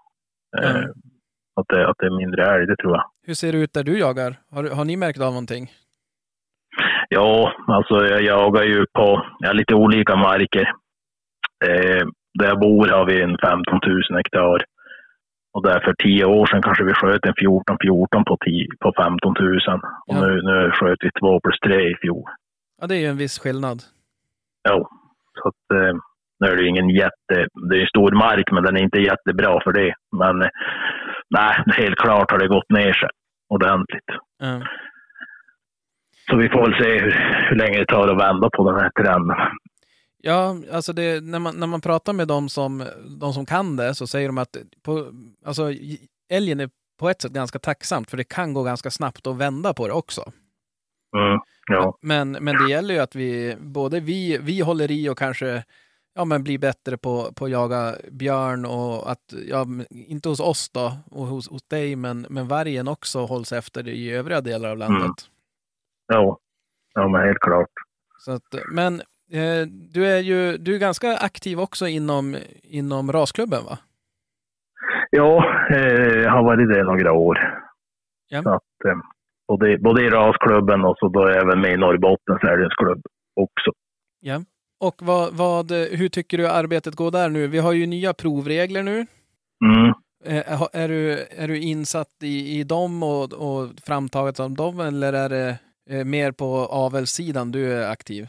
Att det är mindre älg, det tror jag. Hur ser det ut där du jagar? Har ni märkt av någonting? Ja, alltså jag jagar ju på lite olika marker. Där jag bor har vi en 15 000 hektar. Och där för 10 år sedan kanske vi sköt en 14 på 15 000. Och nu sköt vi 2+3 i fjol. Ja, det är ju en viss skillnad. Ja, så att nu är det ju ingen det är en stor mark, men den är inte jättebra för det. Men nej, helt klart har det gått ner sig ordentligt. Mm. Så vi får väl se hur länge det tar att vända på den här trenden. Ja, alltså när man pratar med de som kan det, så säger de att älgen är på ett sätt ganska tacksamt, för det kan gå ganska snabbt att vända på det också. Ja. Men det gäller ju att vi håller i och kanske blir bättre på att jaga björn, och att inte hos oss då och hos dig, men vargen också hålls efter i övriga delar av landet. Ja, men helt klart. Så att, men du är ganska aktiv också inom rasklubben, va? Ja, jag har varit det några år. Ja. Så att, både i rasklubben och så då även med i Norrbottens älgsklubb också. Ja. Och hur tycker du arbetet går där nu? Vi har ju nya provregler nu. Mm. Är du insatt i dem och framtaget av dem, eller är det mer på avelssidan du är aktiv?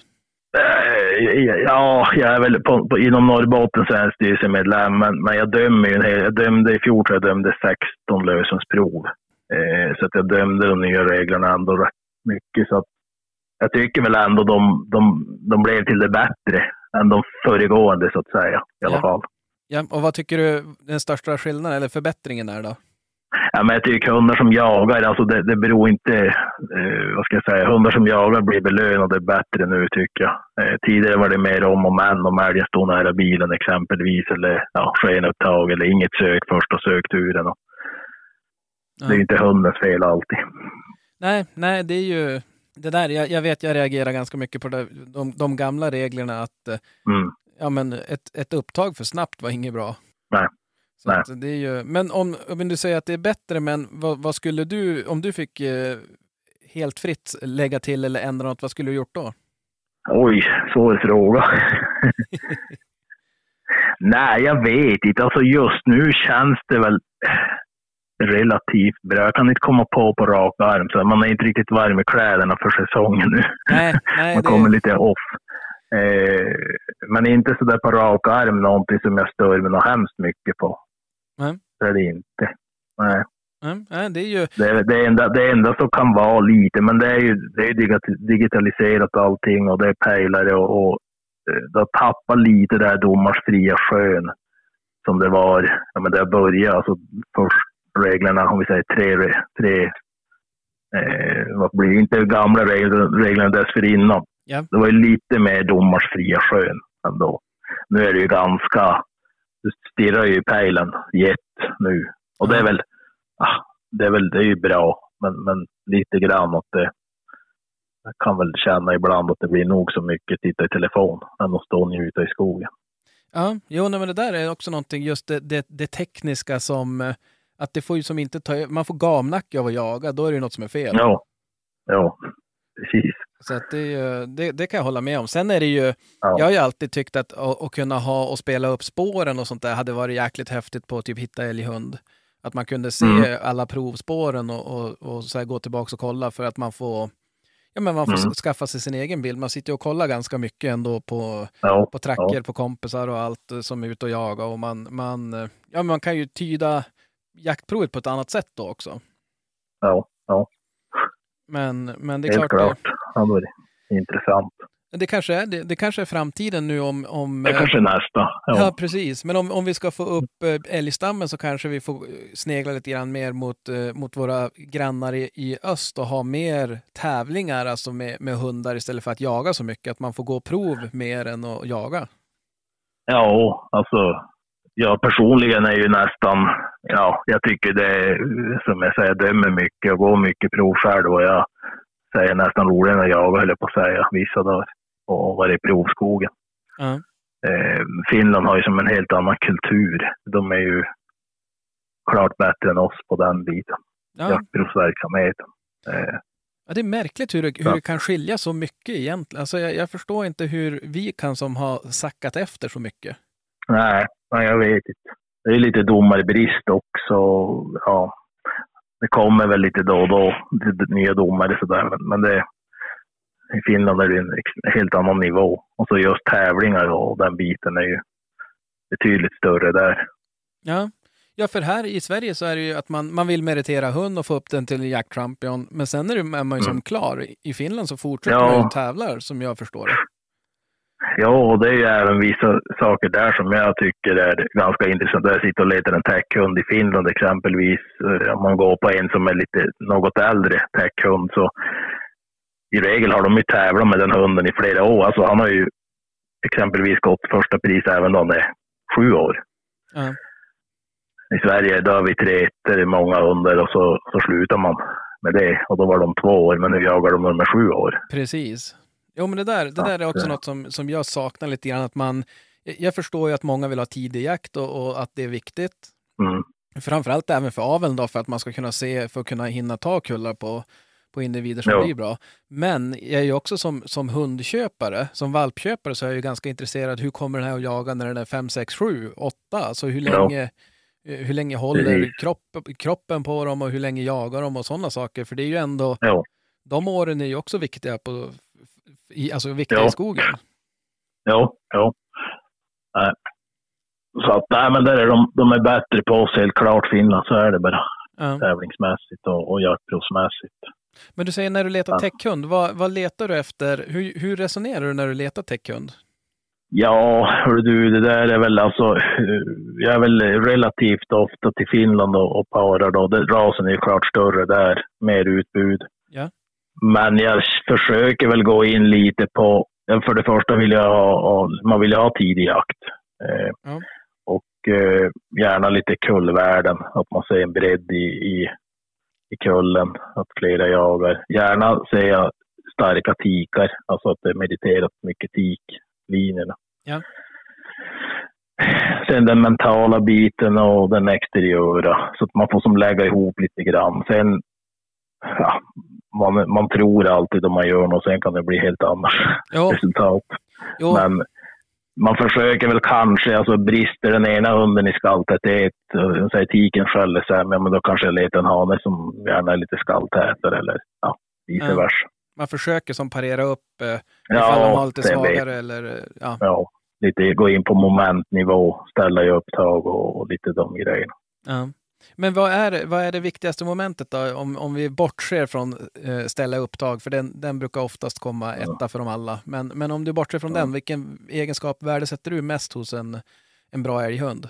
Ja, jag är väl inom Norrbotten så är jag styrelsemedlem, men jag dömer ju jag dömde i fjol, jag dömde 16 lösensprov. Så att jag dömde de nya reglerna ändå rätt mycket, så att jag tycker väl ändå de blev till det bättre än de föregående, så att säga, i alla fall. Ja, och vad tycker du den största skillnaden eller förbättringen är då? Ja, men jag tycker hundar som jagar, alltså det beror inte, vad ska jag säga, hundar som jagar blir belönade bättre nu, tycker jag. Tidigare var det mer om älgen stod nära bilen exempelvis, eller skenupptag, eller inget sök första sökturen. Och det är inte hundens fel alltid. Nej, det är ju det där, jag vet, jag reagerar ganska mycket på de gamla reglerna att ett upptag för snabbt var inget bra. Nej. Så att det är ju, men om du säger att det är bättre, men vad skulle du, om du fick helt fritt lägga till eller ändra något, vad skulle du gjort då? Oj, svår fråga. Nej, jag vet inte. Alltså just nu känns det väl relativt bra. Jag kan inte komma på rak arm, så man är inte riktigt varm i kläderna för säsongen nu. Nej, man kommer lite off. Men inte så där på rak arm någonting som jag stör mig något hemskt mycket på. Det är det inte. Nej. Det är ju det enda som kan vara lite, men det är digitaliserat allting, och det är pejlare och det tappar lite där domars fria skön som det var, men det började alltså först reglerna, om vi säger tre vad blir inte gamla reglerna dessförinnan. Ja. Det var ju lite mer domars fria skön ändå. Nu är det ju ganska, du stirrar ju i pejlen nu. Och det är väl, det är ju bra, men lite grann att det, jag kan väl känna ibland att det blir nog så mycket titta i telefon än att stå och njuta i skogen. Ja, men det där är också någonting, just det tekniska som, att det får ju som inte man får gamnacka av att jaga, då är det något som är fel. Ja, precis. Så att det kan jag hålla med om. Sen är det ju, jag har ju alltid tyckt att kunna ha och spela upp spåren och sånt där hade varit jäkligt häftigt på typ hitta älghund. Att man kunde se alla provspåren och så här gå tillbaka och kolla, för att man får skaffa sig sin egen bild. Man sitter och kollar ganska mycket ändå på tracker, på kompisar och allt som är ute och jagar, och man kan ju tyda jaktprovet på ett annat sätt då också. Ja. Men det är helt klart. Ja, det är intressant. Det kanske är framtiden nu om det kanske är nästa. Ja, precis. Men om vi ska få upp älgstammen, så kanske vi får snegla lite grann mer mot våra grannar i öst och ha mer tävlingar, alltså med hundar istället för att jaga så mycket. Att man får gå prov mer än att jaga. Ja, alltså jag personligen är ju nästan, jag tycker det är, som jag säger, dömer mycket och går mycket prov själv, och jag säger nästan roligare än att jaga, höll jag på att säga, vissa dagar, och vara i provskogen. Finland har ju som en helt annan kultur. De är ju klart bättre än oss på den biten. Ja. Jaktprovsverksamheten. Ja, det är märkligt hur det kan skilja så mycket egentligen. Alltså jag förstår inte hur vi kan som har sackat efter så mycket. Nej, jag vet inte. Det är lite domarbrist också. Ja, det kommer väl lite då och då nya domare sådär. Men det, i Finland är det en helt annan nivå. Och så just tävlingar och den biten är ju betydligt större där. Ja, för här i Sverige så är det ju att man vill meritera hund och få upp den till jaktchampion. Men sen är man ju som klar. I Finland så fortsätter man ju tävlar som jag förstår det. Ja, och det är ju även vissa saker där som jag tycker är ganska intressant. Där jag sitter och letar en täckhund i Finland exempelvis. Om man går på en som är lite något äldre täckhund så i regel har de ju tävlat med den hunden i flera år. Alltså han har ju exempelvis gått första pris även om det är 7 år. Ja. I Sverige då har vi 3 ettor i många hundar och så slutar man med det. Och då var de 2 år, men nu jagar de med 7 år. Precis. Jo, men det där är också något som jag saknar lite grann. Att jag förstår ju att många vill ha tidig jakt och att det är viktigt. Mm. Framförallt även för aveln då, för att man ska kunna se, för att kunna hinna ta kullar på individer som blir bra. Men jag är ju också som hundköpare, som valpköpare så är jag ju ganska intresserad. Hur kommer den här att jaga när den är 5, 6, 7, 8? Alltså hur länge håller kroppen på dem och hur länge jagar de och sådana saker. För det är ju ändå, de åren är ju också viktiga i skogen. Ja. Så att, nej, men där är de är bättre på oss helt klart Finland, så är det bara tävlingsmässigt och jaktprovsmässigt. Men du säger när du letar täckhund, vad letar du efter? Hur resonerar du när du letar täckhund? Ja, det där är väl alltså, jag är väl relativt ofta till Finland och parar då. Rasen är ju klart större där, mer utbud. Ja. Men jag försöker väl gå in lite på, för det första man vill ha tidig jakt. Och gärna lite kullvärden, att man ser en bredd i kullen, att flera jagar. Gärna ser jag starka tikar, alltså att det är mediterat mycket tiklinjerna. Ja. Sen den mentala biten och den exteriöra, så att man får som lägga ihop lite grann. Sen man tror alltid om man gör något, sen kan det bli helt annat resultat. Jo. Men man försöker väl kanske, alltså brister den ena hunden i skaltet säger tiken skäller sig, men då kanske jag letar en hane som gärna är lite skaltätare eller vice versa. Man försöker som parera upp ifall de har lite svagare eller lite gå in på momentnivå, ställa i upptag och lite de grejerna. Ja. Men vad är det viktigaste momentet då, om vi bortser från ställa upptag, för den brukar oftast komma etta för dem alla. Men om du bortser från den, vilken egenskap värdesätter du mest hos en bra älghund?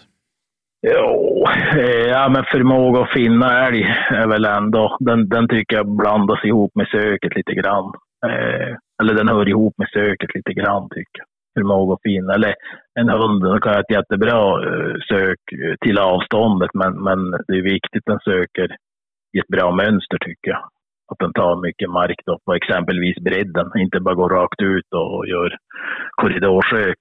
Men förmåga att finna älg är väl ändå, den tycker jag blandas ihop med söket lite grann. Eller den hör ihop med söket lite grann tycker jag. Förmåga att finna, eller en hund kan ha ett jättebra sök till avståndet, men det är viktigt att den söker i ett bra mönster tycker jag. Att den tar mycket mark då, på exempelvis bredden, inte bara går rakt ut och gör korridorsök.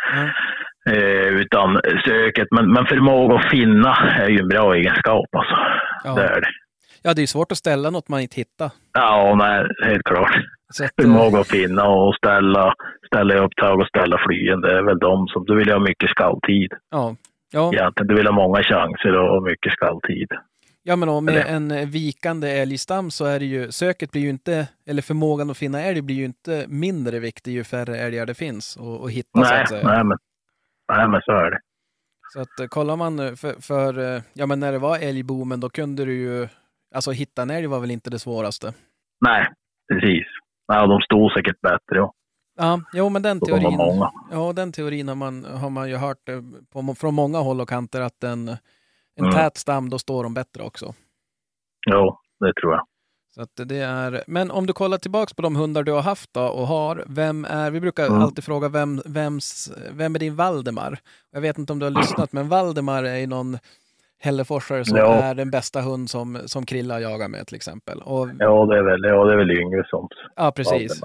Utan söket, men förmåga att finna är ju en bra egenskap alltså. Det är det. Ja, det är svårt att ställa något man inte hittar. Ja, nej, helt klart. Förmåga att finna och ställa i upptag och ställa flygen, det är väl de som, du vill ha mycket skalltid. Ja. Egentligen, du vill ha många chanser och mycket skalltid. Ja, men med en vikande älgstam så är det ju, söket blir ju inte, eller förmågan att finna älg blir ju inte mindre viktig ju färre älgar det finns och hitta så att säga. Nej, men så är det. Så att kollar man men när det var älgboomen, då kunde du ju, alltså hitta en älg var väl inte det svåraste? Nej, precis. Ja, de stod säkert bättre. Ja, men den teorin har man ju hört från många håll och kanter, att en tät stam, då står de bättre också. Ja, det tror jag. Så att det är, men om du kollar tillbaks på de hundar du har haft då och har, vi brukar alltid fråga vem är din Valdemar? Jag vet inte om du har lyssnat, men Valdemar är ju någon hälleforsare som är den bästa hund som Krilla jagar med till exempel. Och, det är väl Yngve som. Ja, precis.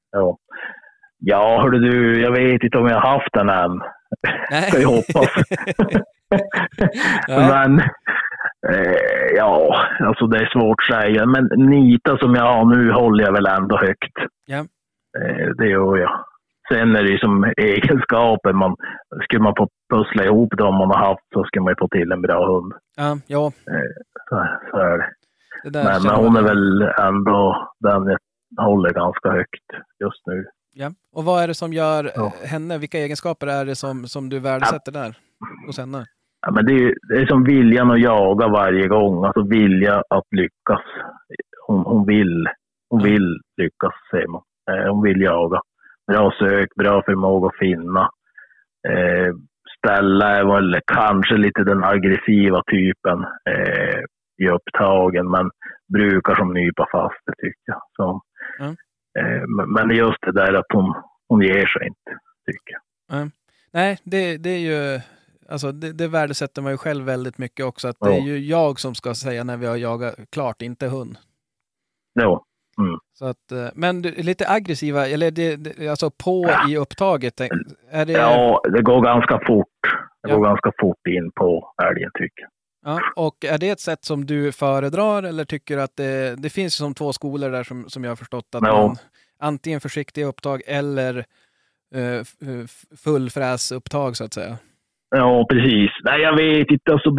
Ja, hörde du, jag vet inte om jag har haft den än. Nej. Jag hoppas. Men Ja, alltså det är svårt att säga. Men nita som jag har nu håller jag väl ändå högt. Ja. Det gör jag. Sen är det ju som egenskaper. Skulle man få pussla ihop dem man har haft så ska man ju få till en bra hund. Ja. Så är det. Men hon är väl ändå den jag håller ganska högt just nu. Ja. Och vad är det som gör henne? Vilka egenskaper är det som du värdesätter där hos henne? Ja, men det är som viljan att jaga varje gång. Alltså vilja att lyckas. Hon vill lyckas, säger man. Hon vill jaga. Bra sök, bra förmåga att finna. Ställa är väl kanske lite den aggressiva typen i upptagen. Men brukar som nypa fast det tycker jag. Så, men just det där att hon ger sig inte, tycker jag. Nej, det är ju... Alltså det värdesätter man ju själv väldigt mycket också. Att det är ju jag som ska säga när vi har jagat klart, inte hund. Ja. Så att, men lite aggressiva, eller alltså i upptaget? Är det... Ja, det går ganska fort. Det går ganska fort in på älgen, tycker jag. Ja, och är det ett sätt som du föredrar eller tycker att det finns som två skolor där som jag har förstått att man antingen försiktiga upptag eller fullfräsupptag så att säga? Ja, precis. Nej, jag vet inte. Alltså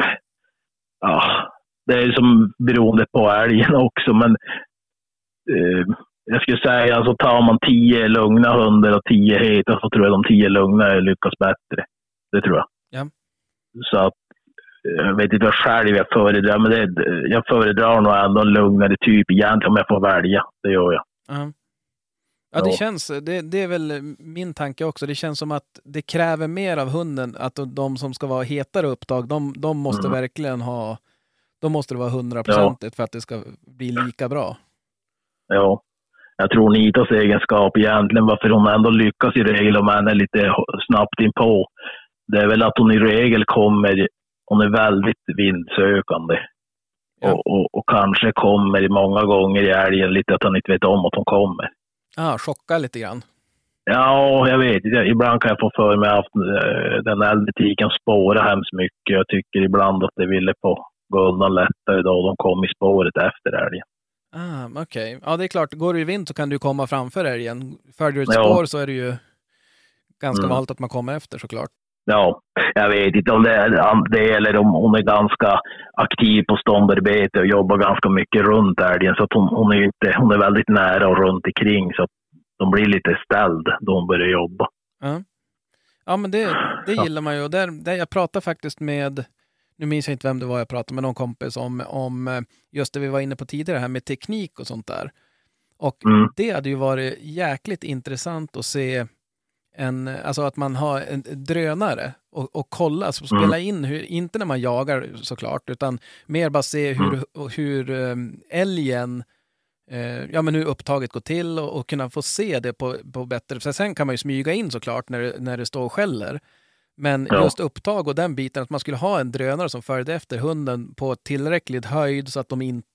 det är som beroende på älgen också. Men jag skulle säga, alltså tar man 10 lugna hundar och 10 heta så tror jag de 10 lugna lyckas bättre. Det tror jag. Ja. Så att jag vet inte vad själv jag föredrar. Men jag föredrar nog ändå en lugnare typ egentligen om jag får välja. Det gör jag. Ja, det känns, det är väl min tanke också. Det känns som att det kräver mer av hunden. Att de som ska vara hetare upptag, de måste verkligen ha, de måste det vara 100% för att det ska bli lika bra. Ja, jag tror Nitas egenskap egentligen, varför hon ändå lyckas i regel om man är lite snabbt inpå. Det är väl att hon i regel hon är väldigt vindsökande. Och kanske kommer många gånger i älgen lite att han inte vet om att hon kommer. Chocka lite grann. Ja, jag vet. Ibland kan jag få för mig att den äldre tiken spåra hemskt mycket. Jag tycker ibland att det ville på gå undan lättare då de kom i spåret efter älgen. Okej. Ja, det är klart. Går du i vind så kan du komma framför älgen. Följer du ett spår så är det ju ganska vanligt att man kommer efter såklart. Ja, jag vet inte om det är det eller om hon är ganska aktiv på ståndarbete och jobbar ganska mycket runt älgen. Så att hon är väldigt nära och runt omkring så att de blir lite ställd då hon börjar jobba. Ja, men det gillar man ju. Och där jag pratar faktiskt med, nu minns jag inte vem det var jag pratade med, någon kompis om just det vi var inne på tidigare här med teknik och sånt där. Och det hade ju varit jäkligt intressant att se alltså att man har en drönare och kolla, så spela in inte när man jagar såklart, utan mer bara se hur älgen men hur upptaget går till och kunna få se det på bättre. Så sen kan man ju smyga in såklart när det står och skäller. Men just upptag och den biten, att man skulle ha en drönare som följde efter hunden på tillräckligt höjd så att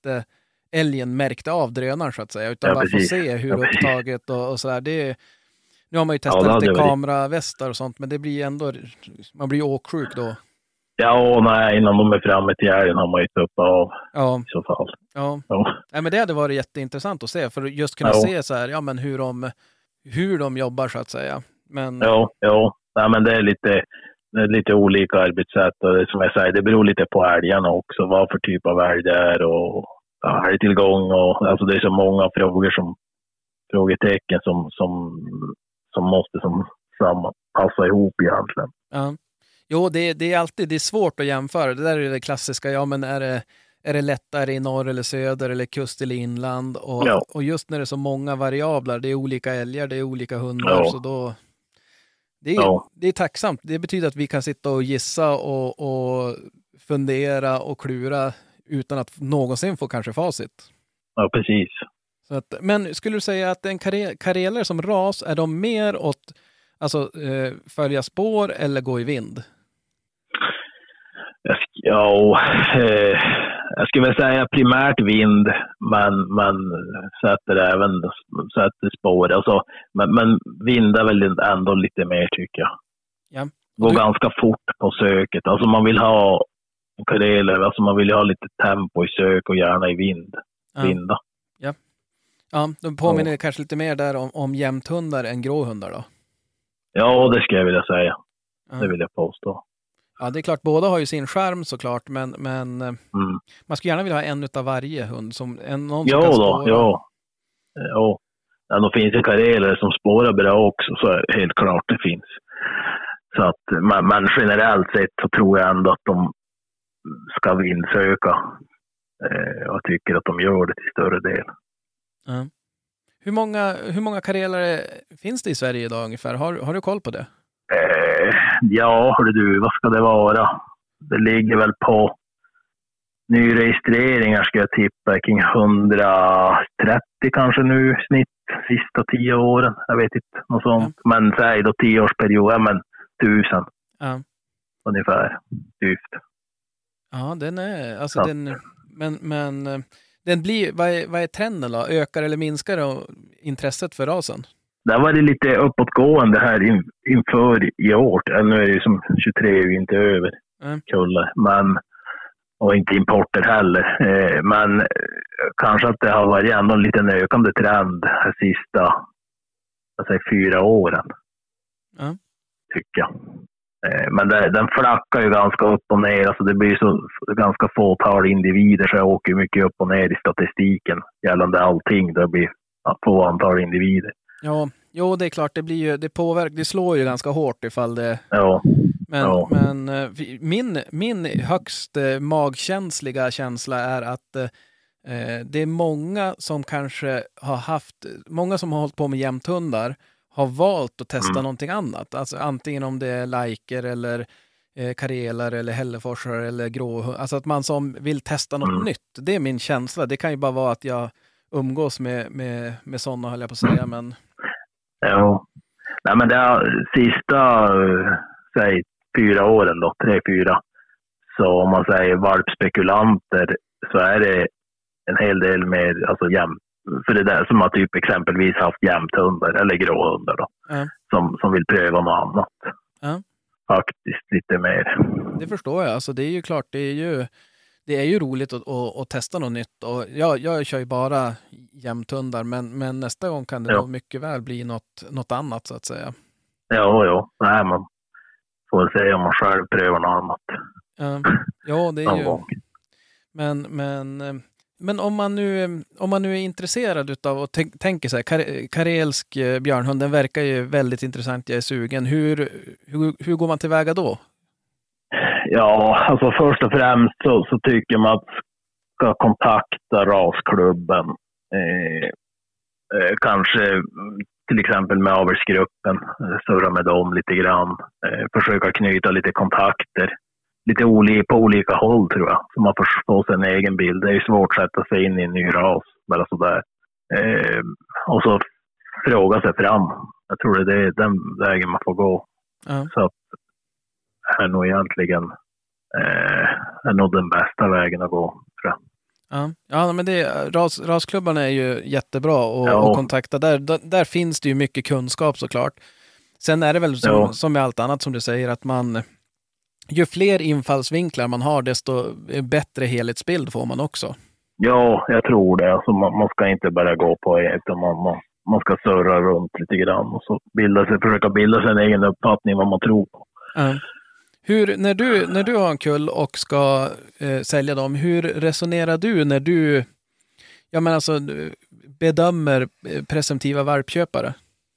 älgen märkte av drönaren så att säga, utan bara få se hur upptaget och sådär. Nu har man ju testat lite kameravästar och sånt, men det blir ändå, man blir åksjuk då. Ja, nej, innan de är framme till älgen har man ju tuppat av i så fall. Ja. Nej, men det hade varit jätteintressant att se, för att just kunna se så här, men hur de jobbar så att säga. Men... Nej, men det är lite olika arbetssätt och det, som jag säger, det beror lite på älgarna också, vad för typ av älg det är och älgtillgång och alltså det är så många frågetecken som måste passa ihop egentligen. Ja. Jo, det är alltid svårt att jämföra. Det där är det klassiska, men är det lättare i norr eller söder eller kust eller inland? Och just när det är så många variabler, det är olika älgar, det är olika hundar, så då... Det är tacksamt. Det betyder att vi kan sitta och gissa och fundera och klura utan att någonsin få kanske facit. Ja, precis. Så att, men skulle du säga att en karelare som ras, är de mer åt följa spår eller gå i vind? Jag skulle väl säga primärt vind, men sätter spår. Alltså, men vind är väl ändå lite mer tycker jag. Ja. Går ganska fort på söket. Alltså man vill ha kareler. Alltså man vill ju ha lite tempo i sök och gärna i vinda. Ja, de påminner kanske lite mer där om jämthundar än gråhundar då? Ja, det ska jag vilja säga. Det vill jag påstå. Ja, det är klart, båda har ju sin charm såklart, men man skulle gärna vilja ha en utav varje hund. Någon som kan spåra. Ja, då finns det kareler som spårar bra också, så helt klart det finns. Så att, men generellt sett så tror jag ändå att de ska vindsöka. Jag tycker att de gör det till större del. Ja. Hur många karelare finns det i Sverige idag ungefär? Har du koll på det? Ja, hörru du, vad ska det vara? Det ligger väl på nyregistreringar ska jag tippa kring 130 kanske nu snitt sista 10 åren. Jag vet inte, något sånt. Ja. Men säg då 10-årsperiod, men 1000 ungefär. Dyft. Ja, den är, alltså men den blir, vad är trenden då? Ökar eller minskar då intresset för rasen? Det var det lite uppåtgående här inför i år. Nu är det ju som 23 är inte över kullar. Och inte importer heller. Men kanske att det har varit ändå en liten ökande trend här sista 4 åren. Tycker jag. Men den flackar ju ganska upp och ner. Alltså det blir så ganska fåtal individer, så jag åker mycket upp och ner i statistiken gällande allting. Det blir få antal individer. Ja, det är klart, det slår ju ganska hårt ifall det... Ja. Men min högst magkänsliga känsla är att det är många som kanske många som har hållit på med jämthundar har valt att testa någonting annat. Alltså antingen om det är lajker eller karelar eller hälleforsar eller gråhund. Alltså att man som vill testa något nytt. Det är min känsla. Det kan ju bara vara att jag umgås med sådana, höll jag på att säga, men... Ja. Nej, men det är sista, säg 4 åren då, 3-4. Så om man säger valpspekulanter så är det en hel del mer, alltså för det där som har typ exempelvis haft jämthundar eller gråhundar då. Som vill pröva något annat. Faktiskt lite mer. Det förstår jag. Alltså det är ju klart, det är ju roligt att testa något nytt. Och jag kör ju bara jämthundar, men nästa gång kan det nog mycket väl bli något annat så att säga. Ja. Nej, man får se om man själv prövar något annat. Ja, det är ju... Men om man nu är intresserad utav och tänker så här, karelsk björnhund, den verkar ju väldigt intressant, jag är sugen. Hur går man tillväga då? Ja, alltså först och främst så tycker man att ska kontakta rasklubben. Kanske till exempel med avelsgruppen, surra med dem lite grann. Försöka knyta lite kontakter. Lite på olika håll tror jag. Så man får få sig en egen bild. Det är ju svårt att sätta sig in i en ny ras. Bara sådär. Och så fråga sig fram. Jag tror det är den vägen man får gå. Så att är nog egentligen är nog den bästa vägen att gå, tror jag. Ja, men rasklubbarna är ju jättebra att kontakta. Där finns det ju mycket kunskap såklart. Sen är det väl som med allt annat som du säger, att ju fler infallsvinklar man har, desto bättre helhetsbild får man också. Ja, jag tror det. Alltså man ska inte bara gå på ett, utan man ska surra runt lite grann och så försöka bilda sig en egen uppfattning vad man tror på. När du har en kull och ska sälja dem, hur resonerar du när du bedömer presumtiva valpköpare?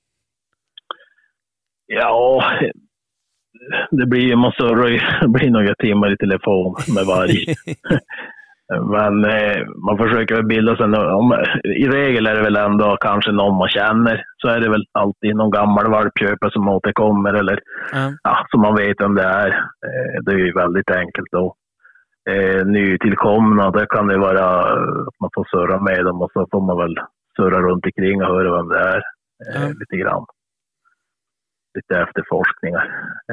Ja, det blir några timmar i telefon med varje. Men man försöker bilda sig. I regel är det väl ändå kanske någon man känner. Så är det väl alltid någon gammal valpköpare som återkommer. Eller som man vet om det är. Det är ju väldigt enkelt då. Nytillkomna, där kan det vara att man får surra med dem. Och så får man väl surra runt omkring och höra vem det är. Lite grann. Lite efterforskningar.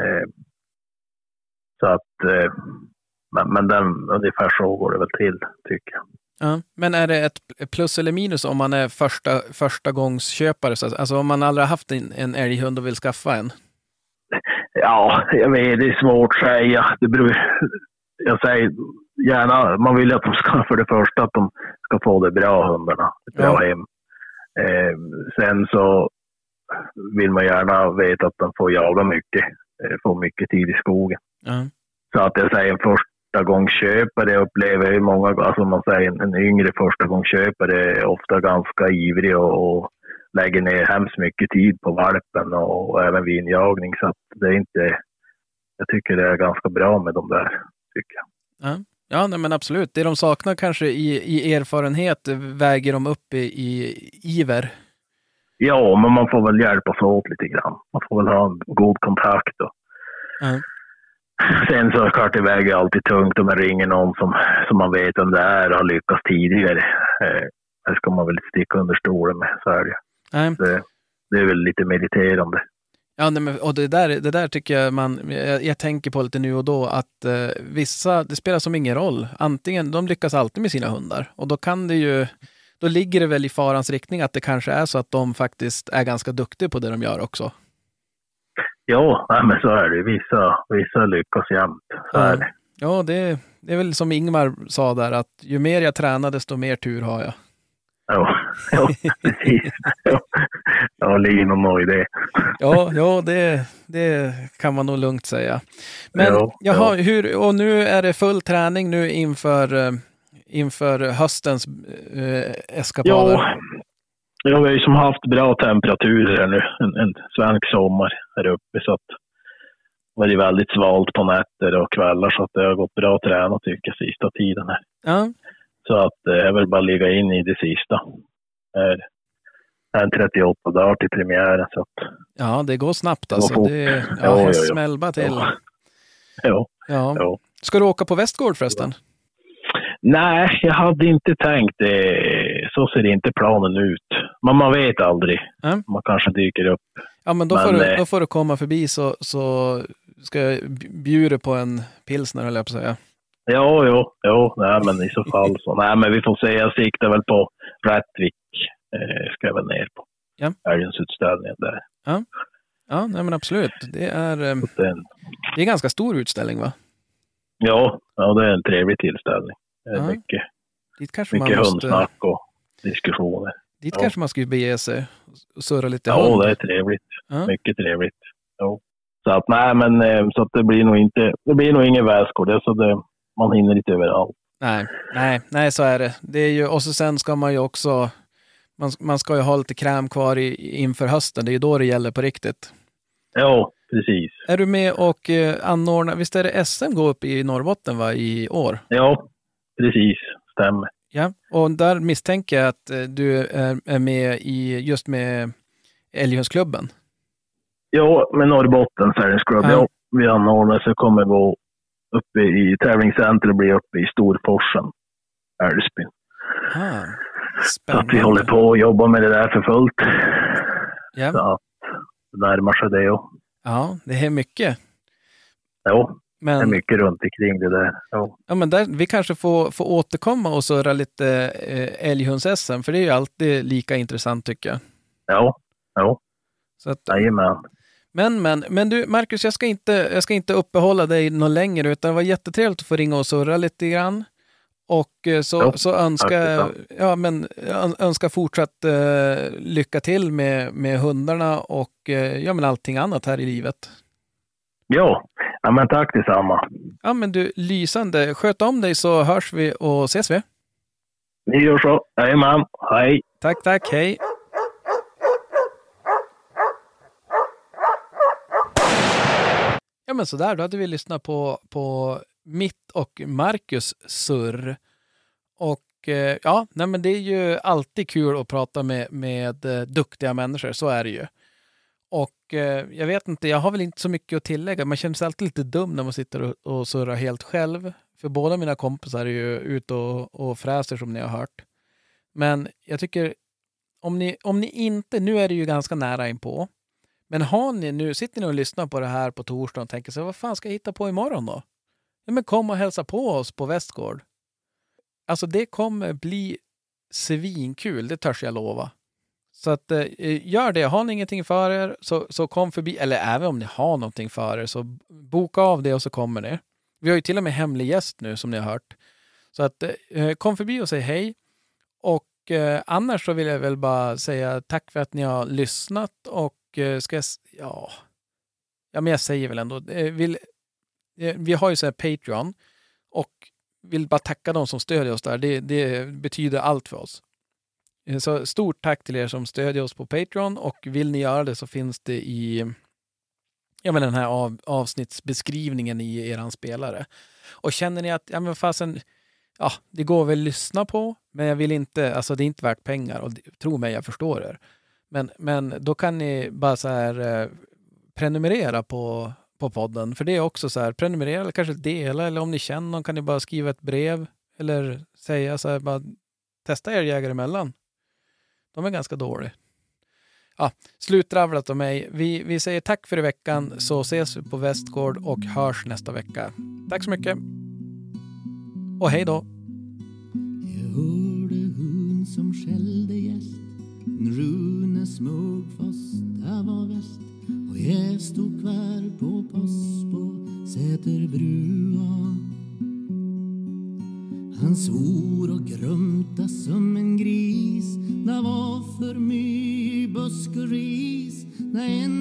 Så att... Men ungefär så går det väl till, tycker jag. Ja, men är det ett plus eller minus om man är första gångsköpare? Alltså om man aldrig har haft en älghund och vill skaffa en? Ja, jag vet, det är svårt att säga. jag säger gärna, man vill att de ska, för det första att de ska få det bra, hundarna, ett bra hem. Sen så vill man gärna veta att de får jaga mycket, får mycket tid i skogen. Så att jag säger en första gång köpare upplever ju många, alltså man säger en yngre första gång köpare är ofta ganska ivrig och lägger ner hemskt mycket tid på valpen och även vid injagning, så att det är inte, jag tycker det är ganska bra med de där, tycker jag. Ja, nej, men absolut. Det de saknar kanske i erfarenhet väger de upp i iver. Ja, men man får väl hjälpas åt lite grann. Man får väl ha en god kontakt då. Sen så klart det väger alltid tungt om man ringer någon som man vet om det är och har lyckats tidigare. Det ska man väl sticka under stolen med, så är det. Det är väl lite mediterande. Ja, nej, men, och det där tycker jag tänker på lite nu och då, att vissa, det spelar som ingen roll. Antingen, de lyckas alltid med sina hundar, och då kan det ju, då ligger det väl i farans riktning att det kanske är så att de faktiskt är ganska duktiga på det de gör också. Ja, nej, men så är det. Vissa lyckas jämt. Så är det. Ja, det är väl som Ingmar sa där, att ju mer jag tränar desto mer tur har jag. Ja, precis. Ja, ligger någon i det. Ja, det kan man nog lugnt säga. Men jaha, och nu är det full träning nu inför höstens eskapader. Ja, vi har ju som haft bra temperaturer här nu. En svensk sommar här uppe, så att det var väldigt svalt på nätter och kvällar, så att det har gått bra att träna, tycker jag, sista tiden här. Ja. Så att jag vill bara ligga in i det sista. Det är 38 dagar till premiären, så att... Ja, det går snabbt alltså. Det smällba till. Ja. Ska du åka på Västgård förresten? Nej, jag hade inte tänkt det. Så ser inte planen ut. Men man vet aldrig. Man kanske dyker upp. Ja, men då får du komma förbi, så ska jag bjuda på en pilsner, höll jag på att säga. Jo, nej, men i så fall så. Nej, men vi får se. Jag siktar väl på Rättvik. Ska jag väl ner på. Älgens utställningen där. Ja, nej, men absolut. Det är ganska stor utställning, va? Ja, det är en trevlig tillställning. Mycket hundsnack och diskussioner. Dit kanske man skulle bege sig och surra lite hund. Ja, det är trevligt. Mycket trevligt. Ja. Så att nej, men så att det blir nog ingen Västgård, så man hinner inte överallt. Nej, så är det. Det är ju, och så sen ska man ju också, man ska ju ha lite kräm kvar inför hösten. Det är ju då det gäller på riktigt. Ja, precis. Är du med och anordnar, visst är det SM går upp i Norrbotten, va, i år? Ja, precis. Stämmer. Ja, och där misstänker jag att du är med just med Älghundsklubben. Ja, med Norrbotten Älghundsklubb. Ja, vi anordnar, så kommer gå uppe i tävlingscentret och bli uppe i Storforsen, Älvsbyn. Så att vi håller på och jobbar med det där för fullt. Ja. Så att det närmar sig det. Ja, det är mycket. Ja, men det är mycket runt omkring det där. Ja, men där, vi kanske får återkomma och surra lite älghunds-SM, för det är ju alltid lika intressant, tycker jag. Ja. Så att, men du, Marcus, jag ska inte uppehålla dig någon längre, utan det var jättetrevligt att få ringa och surra lite grann. Och så önskar fortsatt lycka till med hundarna och men allting annat här i livet. Ja, men tack detsamma. Ja, men du, lysande. Sköt om dig, så hörs vi och ses vi. Ni gör så. Hej, man. Hej. Tack. Hej. Ja, men sådär, då hade vi lyssnat på mitt och Marcus surr. Och men det är ju alltid kul att prata med duktiga människor, så är det ju. Och jag vet inte, jag har väl inte så mycket att tillägga. Man känner sig alltid lite dum när man sitter och surrar helt själv. För båda mina kompisar är ju ute och fräser, som ni har hört. Men jag tycker, om ni inte, nu är det ju ganska nära inpå. Men sitter ni och lyssnar på det här på torsdag och tänker så, vad fan ska jag hitta på imorgon då? Ja, men kom och hälsa på oss på Västgård. Alltså det kommer bli svinkul, det törs jag lova. Så att gör det. Har ni ingenting för er så kom förbi. Eller även om ni har någonting för er, så boka av det och så kommer ni. Vi har ju till och med hemlig gäst nu som ni har hört. Så att kom förbi och säg hej. Och annars så vill jag väl bara säga tack för att ni har lyssnat. Och men jag säger väl ändå. Vi har ju så här Patreon. Och vill bara tacka de som stödjer oss där. Det betyder allt för oss. Så stort tack till er som stödjer oss på Patreon. Och vill ni göra det så finns det i den här avsnittsbeskrivningen i eran spelare. Och känner ni att det går väl att lyssna på, men jag vill inte, alltså det är inte värt pengar och tro mig, jag förstår er. Men då kan ni bara så här prenumerera på podden, för det är också så här, prenumerera eller kanske dela, eller om ni känner någon kan ni bara skriva ett brev eller säga så här, bara testa er jägare emellan. De är ganska dåliga. Ja, slutravlat av mig. Vi säger tack för i veckan, så ses vi på Västgård och hörs nästa vecka. Tack så mycket. Och hej då. Jag hörde hund som skällde gäst. En Rune smög fast det var väst. Och jag stod kvar på post på Säterbrua. Han svor och grumta som en gris. Det var för my busk och ris. När en